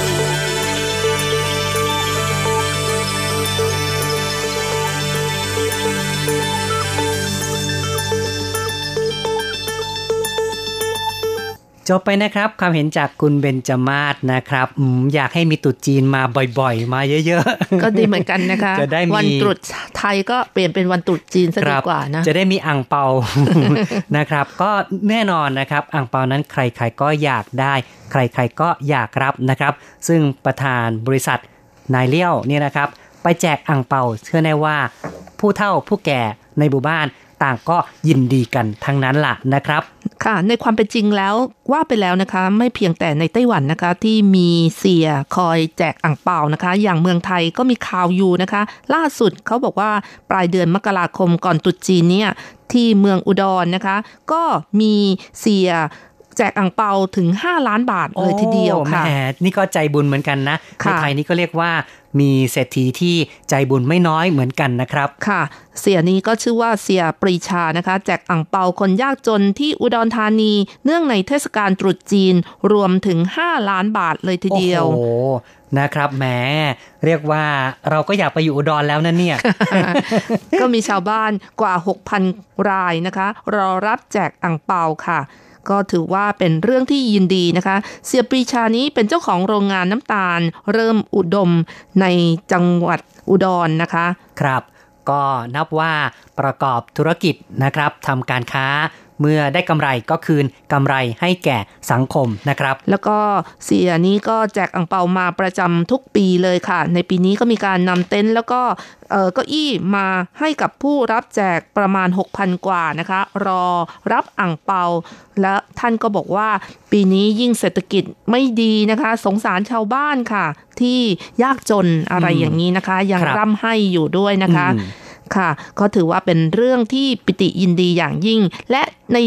Speaker 4: จบไปนะครับความเห็นจากคุณเบญจมาศนะครับอยากให้มีตรุษจีนมาบ่อยๆมาเยอะ
Speaker 3: ๆก็ดีเหมือนกันนะคะวันตรุษไทยก็เปลี่ยนเป็นวันตรุษจีนซะดีกว่านะ
Speaker 4: จะได้มีอั่งเปา นะครับก็แน่นอนนะครับอั่งเปานั้นใครๆก็อยากได้ใครๆก็อยากรับนะครับซึ่งประธานบริษัทนายเลี้ยวเนี่ยนะครับไปแจกอั่งเปาเชื่อแน่ว่าผู้เฒ่าผู้แก่ในหมู่บ้านต่างก็ยินดีกันทั้งนั้นล่ะนะครับ
Speaker 3: ค่ะในความเป็นจริงแล้วว่าไปแล้วนะคะไม่เพียงแต่ในไต้หวันนะคะที่มีเสียคอยแจกอั่งเปานะคะอย่างเมืองไทยก็มีข่าวอยู่นะคะล่าสุดเขาบอกว่าปลายเดือนมกราคมก่อนตรุษจีนเนี่ยที่เมืองอุดรนะคะก็มีเสียแจกอั่งเปาถึง5 ล้านบาทเลยทีเดียวค่ะ
Speaker 4: แหมนี่ก็ใจบุญเหมือนกันนะในไทยนี่ก็เรียกว่ามีเศรษฐีที่ใจบุญไม่น้อยเหมือนกันนะครับ
Speaker 3: ค่ะเสียนี้ก็ชื่อว่าเสียปรีชานะคะแจกอั่งเปาคนยากจนที่อุดรธานีเนื่องในเทศกาลตรุษจีนรวมถึง5 ล้านบาทเลยทีเดียว
Speaker 4: โอ้โหนะครับแหมเรียกว่าเราก็อยากไปอยู่อุดรแล้วนะเนี่ย
Speaker 3: ก็มีชาวบ้านกว่า 6,000 รายนะคะรอรับแจกอั่งเปาค่ะก็ถือว่าเป็นเรื่องที่ยินดีนะคะเสียปรีชานี้เป็นเจ้าของโรงงานน้ำตาลเริ่มอุดมในจังหวัดอุดรนะคะ
Speaker 4: ครับก็นับว่าประกอบธุรกิจนะครับทำการค้าเมื่อได้กำไรก็คืนกำไรให้แก่สังคมนะครับ
Speaker 3: แล้วก็เสียนี้ก็แจกอั่งเปามาประจำทุกปีเลยค่ะในปีนี้ก็มีการนำเต็นท์แล้วก็เก้าอี้มาให้กับผู้รับแจกประมาณ 6,000 กว่านะคะรอรับอั่งเปาและท่านก็บอกว่าปีนี้ยิ่งเศรษฐกิจไม่ดีนะคะสงสารชาวบ้านค่ะที่ยากจนอะไรอย่างนี้นะคะยังร่ำให้อยู่ด้วยนะคะค่ะก็ถือว่าเป็นเรื่องที่ปิติยินดีอย่างยิ่งและใน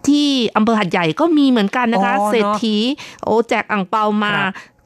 Speaker 3: ที่อำเภอหัดใหญ่ก็มีเหมือนกันนะคะเศรษฐีแจกอั่งเปามา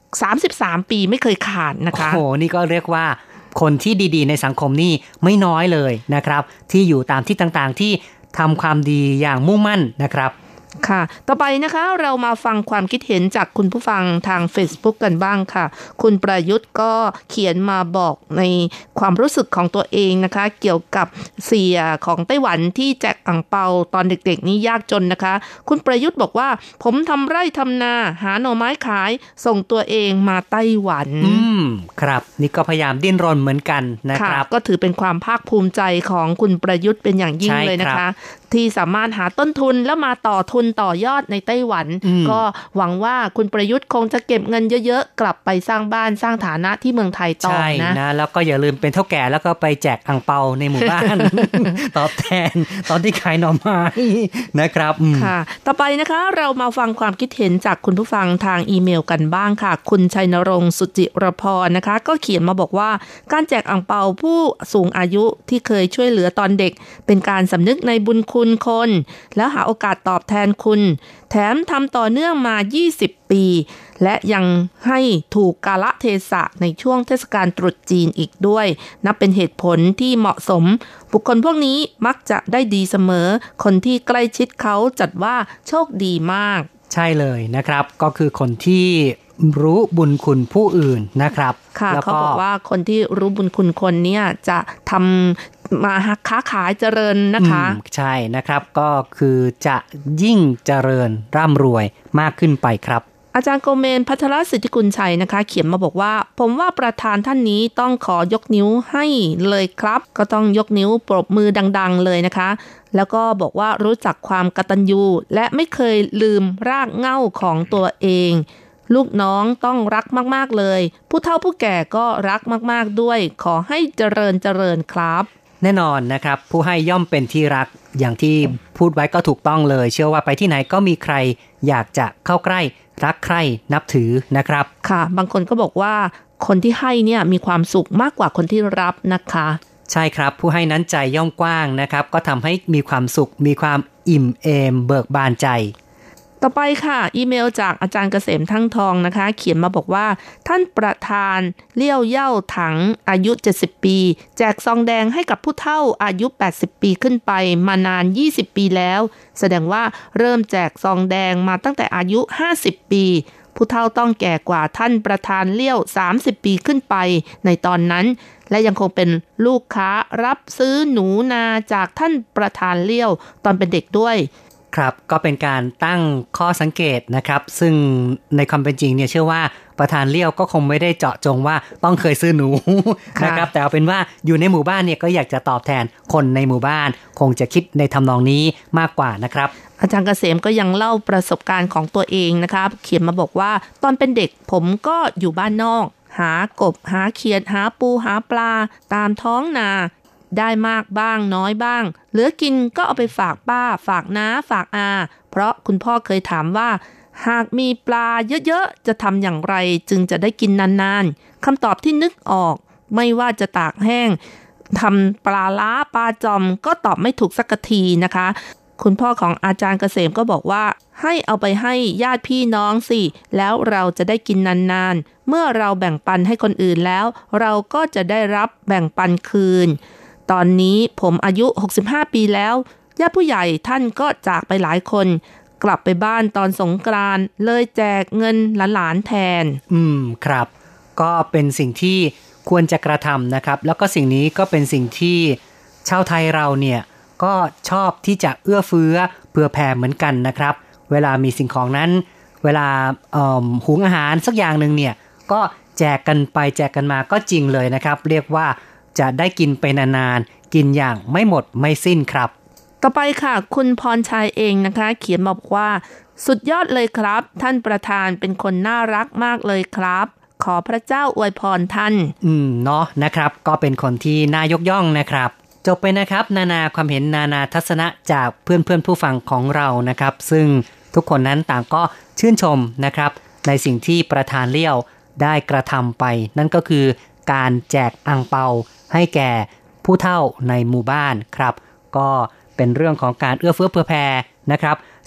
Speaker 3: 33ปีไม่เคยขาดนะคะ
Speaker 4: โอ้โหนี่ก็เรียกว่าคนที่ดีๆในสังคมนี่ไม่น้อยเลยนะครับที่อยู่ตามที่ต่างๆที่ทำความดีอย่างมุ่งมั่นนะครับ
Speaker 3: ค่ะต่อไปนะคะเรามาฟังความคิดเห็นจากคุณผู้ฟังทาง Facebook กันบ้างค่ะคุณประยุทธ์ก็เขียนมาบอกในความรู้สึกของตัวเองนะคะเกี่ยวกับเสียของไต้หวันที่แจกอั่งเปาตอนเด็กๆนี่ยากจนนะคะคุณประยุทธ์บอกว่าผมทำไร่ทำนาหาหน่อไม้ขายส่งตัวเองมาไต้หวัน
Speaker 4: ครับนี่ก็พยายามดิ้นรนเหมือนกันนะครับ
Speaker 3: ก็ถือเป็นความภาคภูมิใจของคุณประยุทธ์เป็นอย่างยิ่งเลยนะคะที่สามารถหาต้นทุนแล้วมาต่อทุนต่อยอดในไต้หวันก็หวังว่าคุณประยุทธ์คงจะเก็บเงินเยอะๆกลับไปสร้างบ้านสร้างฐานะที่เมืองไทยต่อนะ
Speaker 4: ใช่นะแล้วก็อย่าลืมเป็นเฒ่าแก่แล้วก็ไปแจกอั่งเปาในหมู่บ้าน ตอบแทนตอนที่ขายหน่อไม้นะครับ
Speaker 3: ค่ะต่อไปนะคะเรามาฟังความคิดเห็นจากคุณผู้ฟังทางอีเมลกันบ้างค่ะคุณชัยนรงค์สุจิรพรนะคะก็เขียนมาบอกว่าการแจกอั่งเปาผู้สูงอายุที่เคยช่วยเหลือตอนเด็กเป็นการสำนึกในบุญคุณคนแล้วหาโอกาสตอบแทนคุณแถมทำต่อเนื่องมา20ปีและยังให้ถูกกาลเทศะในช่วงเทศกาลตรุษจีนอีกด้วยนับเป็นเหตุผลที่เหมาะสมบุคคลพวกนี้มักจะได้ดีเสมอคนที่ใกล้ชิดเขาจัดว่าโชคดีมาก
Speaker 4: ใช่เลยนะครับก็คือคนที่รู้บุญคุณผู้อื่นนะครับ
Speaker 3: ค่ะเขาบอกว่าคนที่รู้บุญคุณคนเนี่ยจะทำมาค้าขายเจริญนะคะ
Speaker 4: ใช่นะครับก็คือจะยิ่งเจริญร่ำรวยมากขึ้นไปครับ
Speaker 3: อาจารย์โกเมนพัทรสิทธิกุลชัยนะคะเขียนมาบอกว่าผมว่าประธานท่านนี้ต้องขอยกนิ้วให้เลยครับก็ต้องยกนิ้วปรบมือดังๆเลยนะคะแล้วก็บอกว่ารู้จักความกตัญญูและไม่เคยลืมรากเหง้าของตัวเองลูกน้องต้องรักมากๆเลยผู้เฒ่าผู้แก่ก็รักมากๆด้วยขอให้เจริญครับ
Speaker 4: แน่นอนนะครับผู้ให้ย่อมเป็นที่รักอย่างที่พูดไว้ก็ถูกต้องเลยเชื่อว่าไปที่ไหนก็มีใครอยากจะเข้าใกล้รักใคร่นับถือนะครับ
Speaker 3: ค่ะบางคนก็บอกว่าคนที่ให้เนี่ยมีความสุขมากกว่าคนที่รับนะคะ
Speaker 4: ใช่ครับผู้ให้นั้นใจย่อมกว้างนะครับก็ทำให้มีความสุขมีความอิ่มเอมเบิกบานใจ
Speaker 3: ต่อไปค่ะอีเมลจากอาจารย์เกษมทั้งทองนะคะเขียนมาบอกว่าท่านประธานเลี้ยวเย่าถังอายุ70ปีแจกซองแดงให้กับผู้เฒ่าอายุ80ปีขึ้นไปมานาน20ปีแล้วแสดงว่าเริ่มแจกซองแดงมาตั้งแต่อายุ50ปีผู้เฒ่าต้องแก่กว่าท่านประธานเลี้ยว30ปีขึ้นไปในตอนนั้นและยังคงเป็นลูกค้ารับซื้อหนูนาจากท่านประธานเลี้ยวตอนเป็นเด็กด้วย
Speaker 4: ครับก็เป็นการตั้งข้อสังเกตนะครับซึ่งในความเป็นจริงเนี่ยเชื่อว่าประธานเลี้ยวก็คงไม่ได้เจาะจงว่าต้องเคยซื้อหนูนะครับแต่เอาเป็นว่าอยู่ในหมู่บ้านเนี่ยก็อยากจะตอบแทนคนในหมู่บ้านคงจะคิดในทำนองนี้มากกว่านะครับ
Speaker 3: อาจารย์เกษมก็ยังเล่าประสบการณ์ของตัวเองนะครับเขียนมาบอกว่าตอนเป็นเด็กผมก็อยู่บ้านนอกหากบหาเขียดหาปูหาปลาตามท้องนาได้มากบ้างน้อยบ้างเหลือกินก็เอาไปฝากป้าฝากน้าฝากอาเพราะคุณพ่อเคยถามว่าหากมีปลาเยอะๆจะทำอย่างไรจึงจะได้กินนานๆคำตอบที่นึกออกไม่ว่าจะตากแห้งทำปลาล้าปลาจอมก็ตอบไม่ถูกสักทีนะคะคุณพ่อของอาจารย์เกษมก็บอกว่าให้เอาไปให้ญาติพี่น้องสิแล้วเราจะได้กินนานๆเมื่อเราแบ่งปันให้คนอื่นแล้วเราก็จะได้รับแบ่งปันคืนตอนนี้ผมอายุ65ปีแล้วญาติผู้ใหญ่ท่านก็จากไปหลายคนกลับไปบ้านตอนสงกรานต์เลยแจกเงินหลานๆแทน
Speaker 4: ครับก็เป็นสิ่งที่ควรจะกระทำนะครับแล้วก็สิ่งนี้ก็เป็นสิ่งที่ชาวไทยเราเนี่ยก็ชอบที่จะเอื้อเฟื้อเผื่อแผ่เหมือนกันนะครับเวลามีสิ่งของนั้นเวลาหุงอาหารสักอย่างนึงเนี่ยก็แจกกันไปแจกกันมาก็จริงเลยนะครับเรียกว่าจะได้กินไปนานๆกินอย่างไม่หมดไม่สิ้นครับ
Speaker 3: ต่อไปค่ะคุณพรชัยเองนะคะเขียนบอกว่าสุดยอดเลยครับท่านประธานเป็นคนน่ารักมากเลยครับขอพระเจ้าอวยพรท่าน
Speaker 4: เนาะนะครับก็เป็นคนที่น่ายกย่องนะครับจบไปนะครับนานาความเห็นนานาทัศนะจากเพื่อนผู้ฟังของเรานะครับซึ่งทุกคนนั้นต่างก็ชื่นชมนะครับในสิ่งที่ประธานเลี้ยวได้กระทำไปนั่นก็คือการแจกอั่งเปาให้แก่ผู้เฒ่าในหมู่บ้านครับก็เป็นเรื่องของการเอื้อเฟื้อเผื่อแผ่นะครับ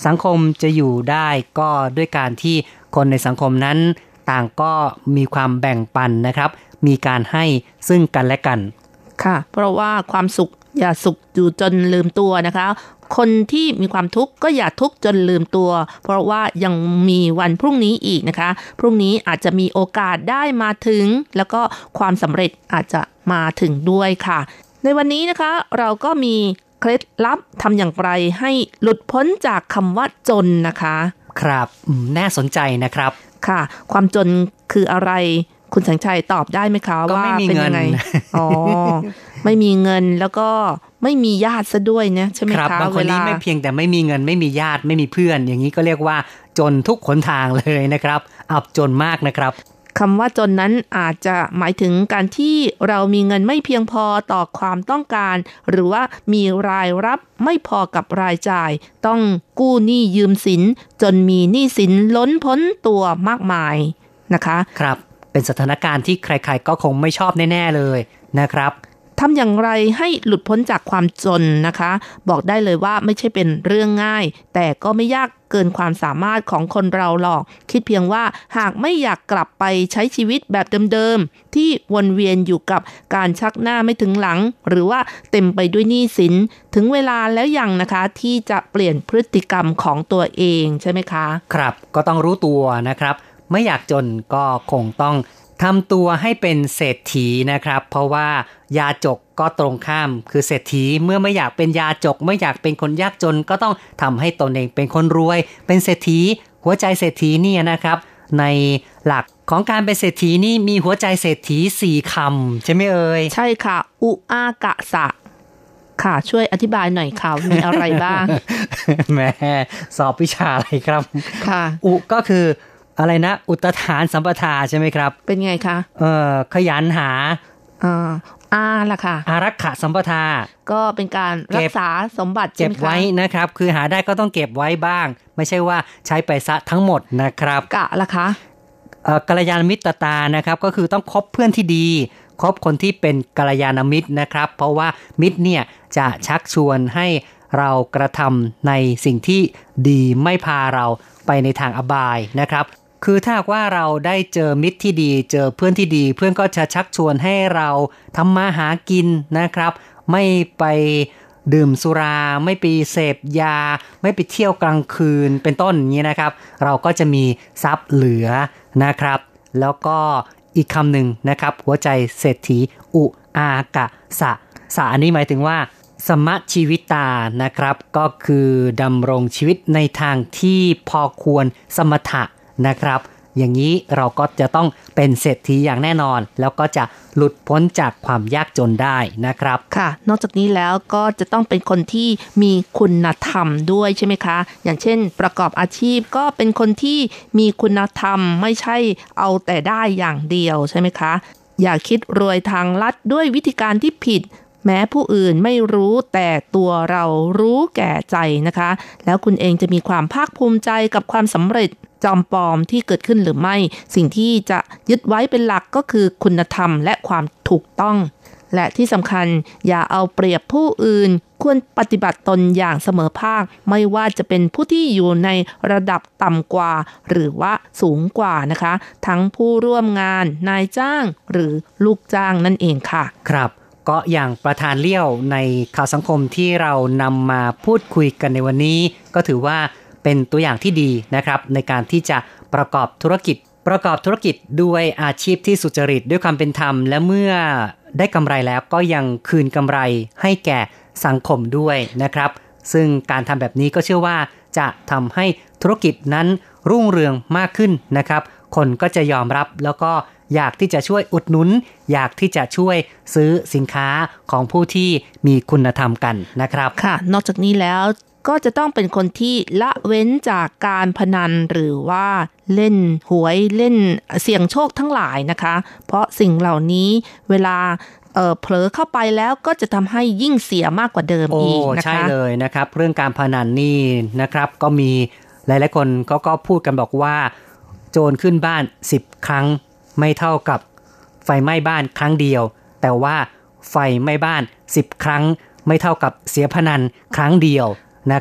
Speaker 4: สังคมจะอยู่ได้ก็ด้วยการที่คนในสังคมนั้นต่างก็มีความแบ่งปันนะครับมีการให้ซึ่งกันและกัน
Speaker 3: ค่ะเพราะว่าความสุขอย่าสุขอยู่จนลืมตัวนะคะคนที่มีความทุกข์ก็อย่าทุกข์จนลืมตัวเพราะว่ายังมีวันพรุ่งนี้อีกนะคะพรุ่งนี้อาจจะมีโอกาสได้มาถึงแล้วก็ความสำเร็จอาจจะมาถึงด้วยค่ะในวันนี้นะคะเราก็มีเคล็ดลับทำอย่างไรให้หลุดพ้นจากคำว่าจนนะคะ
Speaker 4: ครับน่าสนใจนะครับ
Speaker 3: ค่ะความจนคืออะไรคุณแสงชัยตอบได้ไหมคะว่าเป็นยังไงอ๋อไม่มีเงินแล้วก็ไม่มีญาติซะด้วยนะใช่ไหมคะ
Speaker 4: บางคนนี้ไม่เพียงแต่ไม่มีเงินไม่มีญาติไม่มีเพื่อนอย่างนี้ก็เรียกว่าจนทุกหนทางเลยนะครับอับจนมากนะครับ
Speaker 3: คำว่าจนนั้นอาจจะหมายถึงการที่เรามีเงินไม่เพียงพอต่อความต้องการหรือว่ามีรายรับไม่พอกับรายจ่ายต้องกู้หนี้ยืมสินจนมีหนี้สินล้นพ้นตัวมากมายนะคะ
Speaker 4: ครับเป็นสถานการณ์ที่ใครๆก็คงไม่ชอบแน่ๆเลยนะครับ
Speaker 3: ทำอย่างไรให้หลุดพ้นจากความจนนะคะบอกได้เลยว่าไม่ใช่เป็นเรื่องง่ายแต่ก็ไม่ยากเกินความสามารถของคนเราหรอกคิดเพียงว่าหากไม่อยากกลับไปใช้ชีวิตแบบเดิมๆที่วนเวียนอยู่กับการชักหน้าไม่ถึงหลังหรือว่าเต็มไปด้วยหนี้สินถึงเวลาแล้วยังนะคะที่จะเปลี่ยนพฤติกรรมของตัวเองใช่ไหมคะ
Speaker 4: ครับก็ต้องรู้ตัวนะครับไม่อยากจนก็คงต้องทำตัวให้เป็นเศรษฐีนะครับเพราะว่ายาจกก็ตรงข้ามคือเศรษฐีเมื่อไม่อยากเป็นยาจกไม่อยากเป็นคนยากจนก็ต้องทำให้ตนเองเป็นคนรวยเป็นเศรษฐีหัวใจเศรษฐีนี่นะครับในหลักของการเป็นเศรษฐีนี่มีหัวใจเศรษฐี4คำใช่ไหมเอ่ย
Speaker 3: ใช่ค่ะอุอากะสะค่ะช่วยอธิบายหน่อยค่ะมีอะไรบ้าง
Speaker 4: แหมสอบวิชาอะไรครับ
Speaker 3: ค่ะ
Speaker 4: อุก็คืออะไรนะอุตฐานสัมปทาใช่ไหมครับ
Speaker 3: เป็นไงคะ
Speaker 4: ขยันหา
Speaker 3: ล่ะค่ะ
Speaker 4: อารักขาสัมปทา
Speaker 3: ก็เป็นการรักษาสมบัติ
Speaker 4: เก็บไว้นะครับคือหาได้ก็ต้องเก็บไว้บ้างไม่ใช่ว่าใช้ไปซะทั้งหมดนะครับ
Speaker 3: กะล่ะคะ
Speaker 4: กัลยาณมิตรตานะครับก็คือต้องคบเพื่อนที่ดีคบคนที่เป็นกัลยาณมิตรนะครับเพราะว่ามิตรเนี่ยจะชักชวนให้เรากระทำในสิ่งที่ดีไม่พาเราไปในทางอบายนะครับคือถ้าว่าเราได้เจอมิตรที่ดีเจอเพื่อนที่ดีเพื่อนก็จะชักชวนให้เราทำมาหากินนะครับไม่ไปดื่มสุราไม่ไปเสพยาไม่ไปเที่ยวกลางคืนเป็นต้นอย่างนี้นะครับเราก็จะมีทรัพย์เหลือนะครับแล้วก็อีกคำหนึ่งนะครับหัวใจเศรษฐีอุอากะสะอันนี้หมายถึงว่าสมะชีวิตานะครับก็คือดำรงชีวิตในทางที่พอควรสมถะนะครับอย่างนี้เราก็จะต้องเป็นเศรษฐีอย่างแน่นอนแล้วก็จะหลุดพ้นจากความยากจนได้นะครับ
Speaker 3: ค่ะนอกจากนี้แล้วก็จะต้องเป็นคนที่มีคุณธรรมด้วยใช่ไหมคะอย่างเช่นประกอบอาชีพก็เป็นคนที่มีคุณธรรมไม่ใช่เอาแต่ได้อย่างเดียวใช่ไหมคะอย่าคิดรวยทางลัดด้วยวิธีการที่ผิดแม้ผู้อื่นไม่รู้แต่ตัวเรารู้แก่ใจนะคะแล้วคุณเองจะมีความภาคภูมิใจกับความสำเร็จจอมปลอมที่เกิดขึ้นหรือไม่สิ่งที่จะยึดไว้เป็นหลักก็คือคุณธรรมและความถูกต้องและที่สำคัญอย่าเอาเปรียบผู้อื่นควรปฏิบัติตนอย่างเสมอภาคไม่ว่าจะเป็นผู้ที่อยู่ในระดับต่ำกว่าหรือว่าสูงกว่านะคะทั้งผู้ร่วมงานนายจ้างหรือลูกจ้างนั่นเองค่ะ
Speaker 4: ครับก็อย่างประธานเลี้ยวในข่าวสังคมที่เรานำมาพูดคุยกันในวันนี้ก็ถือว่าเป็นตัวอย่างที่ดีนะครับในการที่จะประกอบธุรกิจด้วยอาชีพที่สุจริตด้วยความเป็นธรรมและเมื่อได้กำไรแล้วก็ยังคืนกำไรให้แก่สังคมด้วยนะครับซึ่งการทำแบบนี้ก็เชื่อว่าจะทำให้ธุรกิจนั้นรุ่งเรืองมากขึ้นนะครับคนก็จะยอมรับแล้วก็อยากที่จะช่วยอุดหนุนอยากที่จะช่วยซื้อสินค้าของผู้ที่มีคุณธรรมกันนะครับ
Speaker 3: ค่ะนอกจากนี้แล้วก็จะต้องเป็นคนที่ละเว้นจากการพนันหรือว่าเล่นหวยเล่นเสี่ยงโชคทั้งหลายนะคะเพราะสิ่งเหล่านี้เวลาเผลอเข้าไปแล้วก็จะทำให้ยิ่งเสียมากกว่าเดิมอีกนะคะ
Speaker 4: ใช่เลยนะครับเรื่องการพนันนี่นะครับก็มีหลายๆคนก็พูดกันบอกว่าโจรขึ้นบ้าน10ครั้งไม่เท่ากับไฟไหม้บ้านครั้งเดียวแต่ว่าไฟไหม้บ้าน10ครั้งไม่เท่ากับเสียพนันครั้งเดียวนะครับ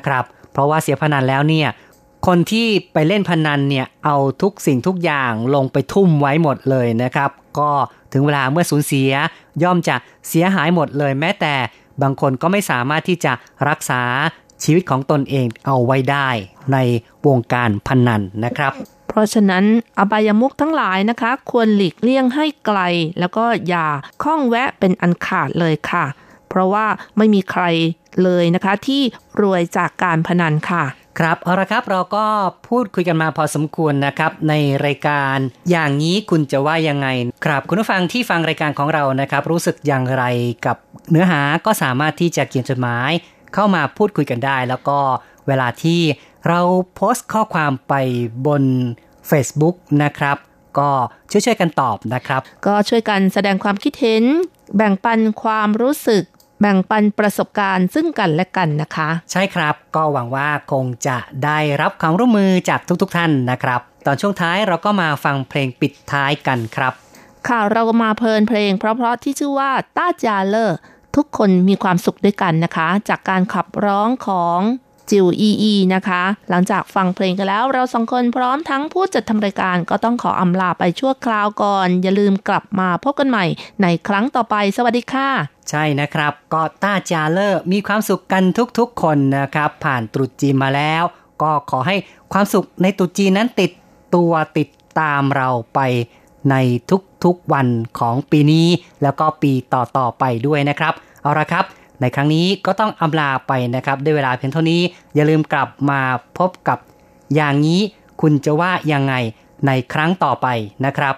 Speaker 4: เพราะว่าเสียพนันแล้วเนี่ยคนที่ไปเล่นพนันเนี่ยเอาทุกสิ่งทุกอย่างลงไปทุ่มไว้หมดเลยนะครับก็ถึงเวลาเมื่อสูญเสียย่อมจะเสียหายหมดเลยแม้แต่บางคนก็ไม่สามารถที่จะรักษาชีวิตของตนเองเอาไว้ได้ในวงการพนันนะครับ
Speaker 3: เพราะฉะนั้นอบายมุขทั้งหลายนะคะควรหลีกเลี่ยงให้ไกลแล้วก็อย่าข้องแวะเป็นอันขาดเลยค่ะเพราะว่าไม่มีใครเลยนะคะที่รวยจากการพนันค่ะ
Speaker 4: ครับเอาละครับเราก็พูดคุยกันมาพอสมควรนะครับในรายการอย่างนี้คุณจะว่ายังไงครับคุณผู้ฟังที่ฟังรายการของเรานะครับรู้สึกอย่างไรกับเนื้อหาก็สามารถที่จะเขียนจดหมายเข้ามาพูดคุยกันได้แล้วก็เวลาที่เราโพสต์ข้อความไปบน Facebook นะครับก็ช่วยกันตอบนะครับ
Speaker 3: ก็ช่วยกันแสดงความคิดเห็นแบ่งปันความรู้สึกแบ่งปันประสบการณ์ซึ่งกันและกันนะคะ
Speaker 4: ใช่ครับก็หวังว่าคงจะได้รับความร่วมมือจากทุกท่านนะครับตอนช่วงท้ายเราก็มาฟังเพลงปิดท้ายกันครับ
Speaker 3: ค่ะเราก็มาเพลินเพลงเพราะๆที่ชื่อว่าต้าจาเลอร์ทุกคนมีความสุขด้วยกันนะคะจากการขับร้องของจิวอีนะคะหลังจากฟังเพลงกันแล้วเราสองคนพร้อมทั้งผู้จัดทำรายการก็ต้องขออำลาไปชั่วคราวก่อนอย่าลืมกลับมาพบกันใหม่ในครั้งต่อไปสวัสดีค่ะ
Speaker 4: ใช่นะครับก็ต้าจาเลอร์มีความสุขกันทุกๆคนนะครับผ่านตรุษจีนมาแล้วก็ขอให้ความสุขในตรุษจีนนั้นติดตัวติดตามเราไปในทุกๆวันของปีนี้แล้วก็ปีต่อๆไปด้วยนะครับเอาละครับในครั้งนี้ก็ต้องอำลาไปนะครับด้วยเวลาเพียงเท่านี้อย่าลืมกลับมาพบกับอย่างนี้คุณจะว่ายังไงในครั้งต่อไปนะครับ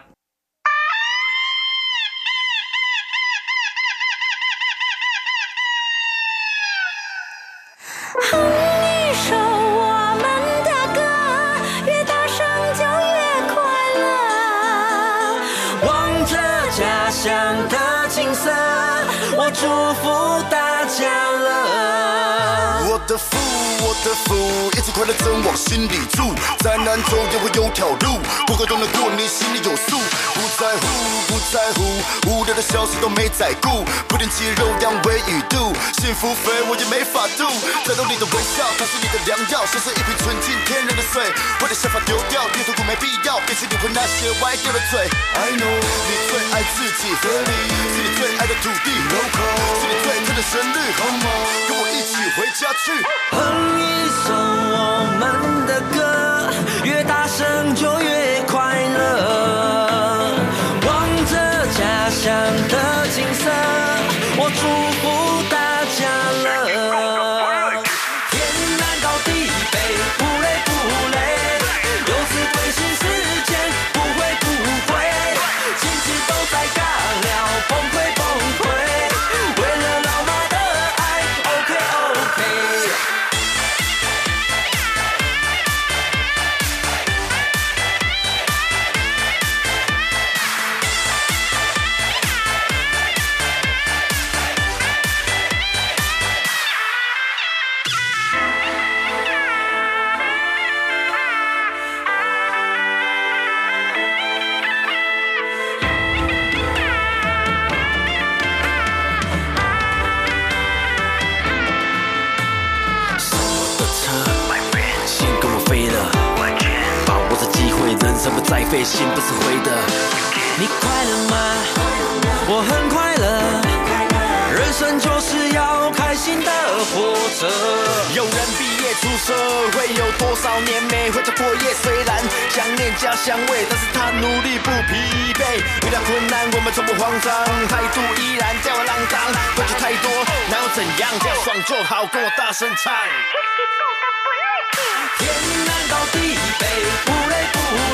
Speaker 6: 祝福大家了，我的福，一直快乐真往心里住，再难走也会有条路，不管都能过，你心里有数，不在乎，无聊的小事都没在顾，不练肌肉养胃与肚，幸福肥我也没法度，战斗里的微笑，它是你的良药，像是一瓶纯净天然的水，把你想法丢掉，越痛苦没必要，别去理会那些歪掉的嘴。I know 你最爱自己，合理是你最爱的土地 ，local 是你最疼的旋律，好吗？跟我一起回家去，哼一首我们的歌，越大声就越快乐。望着家乡的景色，我祝福大家了。天南高地北，不累不累，有智慧新世界，不会不会，亲戚都在尬聊，崩溃崩溃，为了老妈的爱 ，OK OK。人生不再费心，不是灰的。你快乐吗？我很快乐。人生就是要开心的活着。有人毕业出社会，有多少年没回家过夜？虽然想念家乡味，但是他努力不疲惫。遇到困难我们从不慌张，态度依然吊儿郎当。过去太多，哪有怎样？只要爽就好，跟我大声唱。天南到地北，不累不累。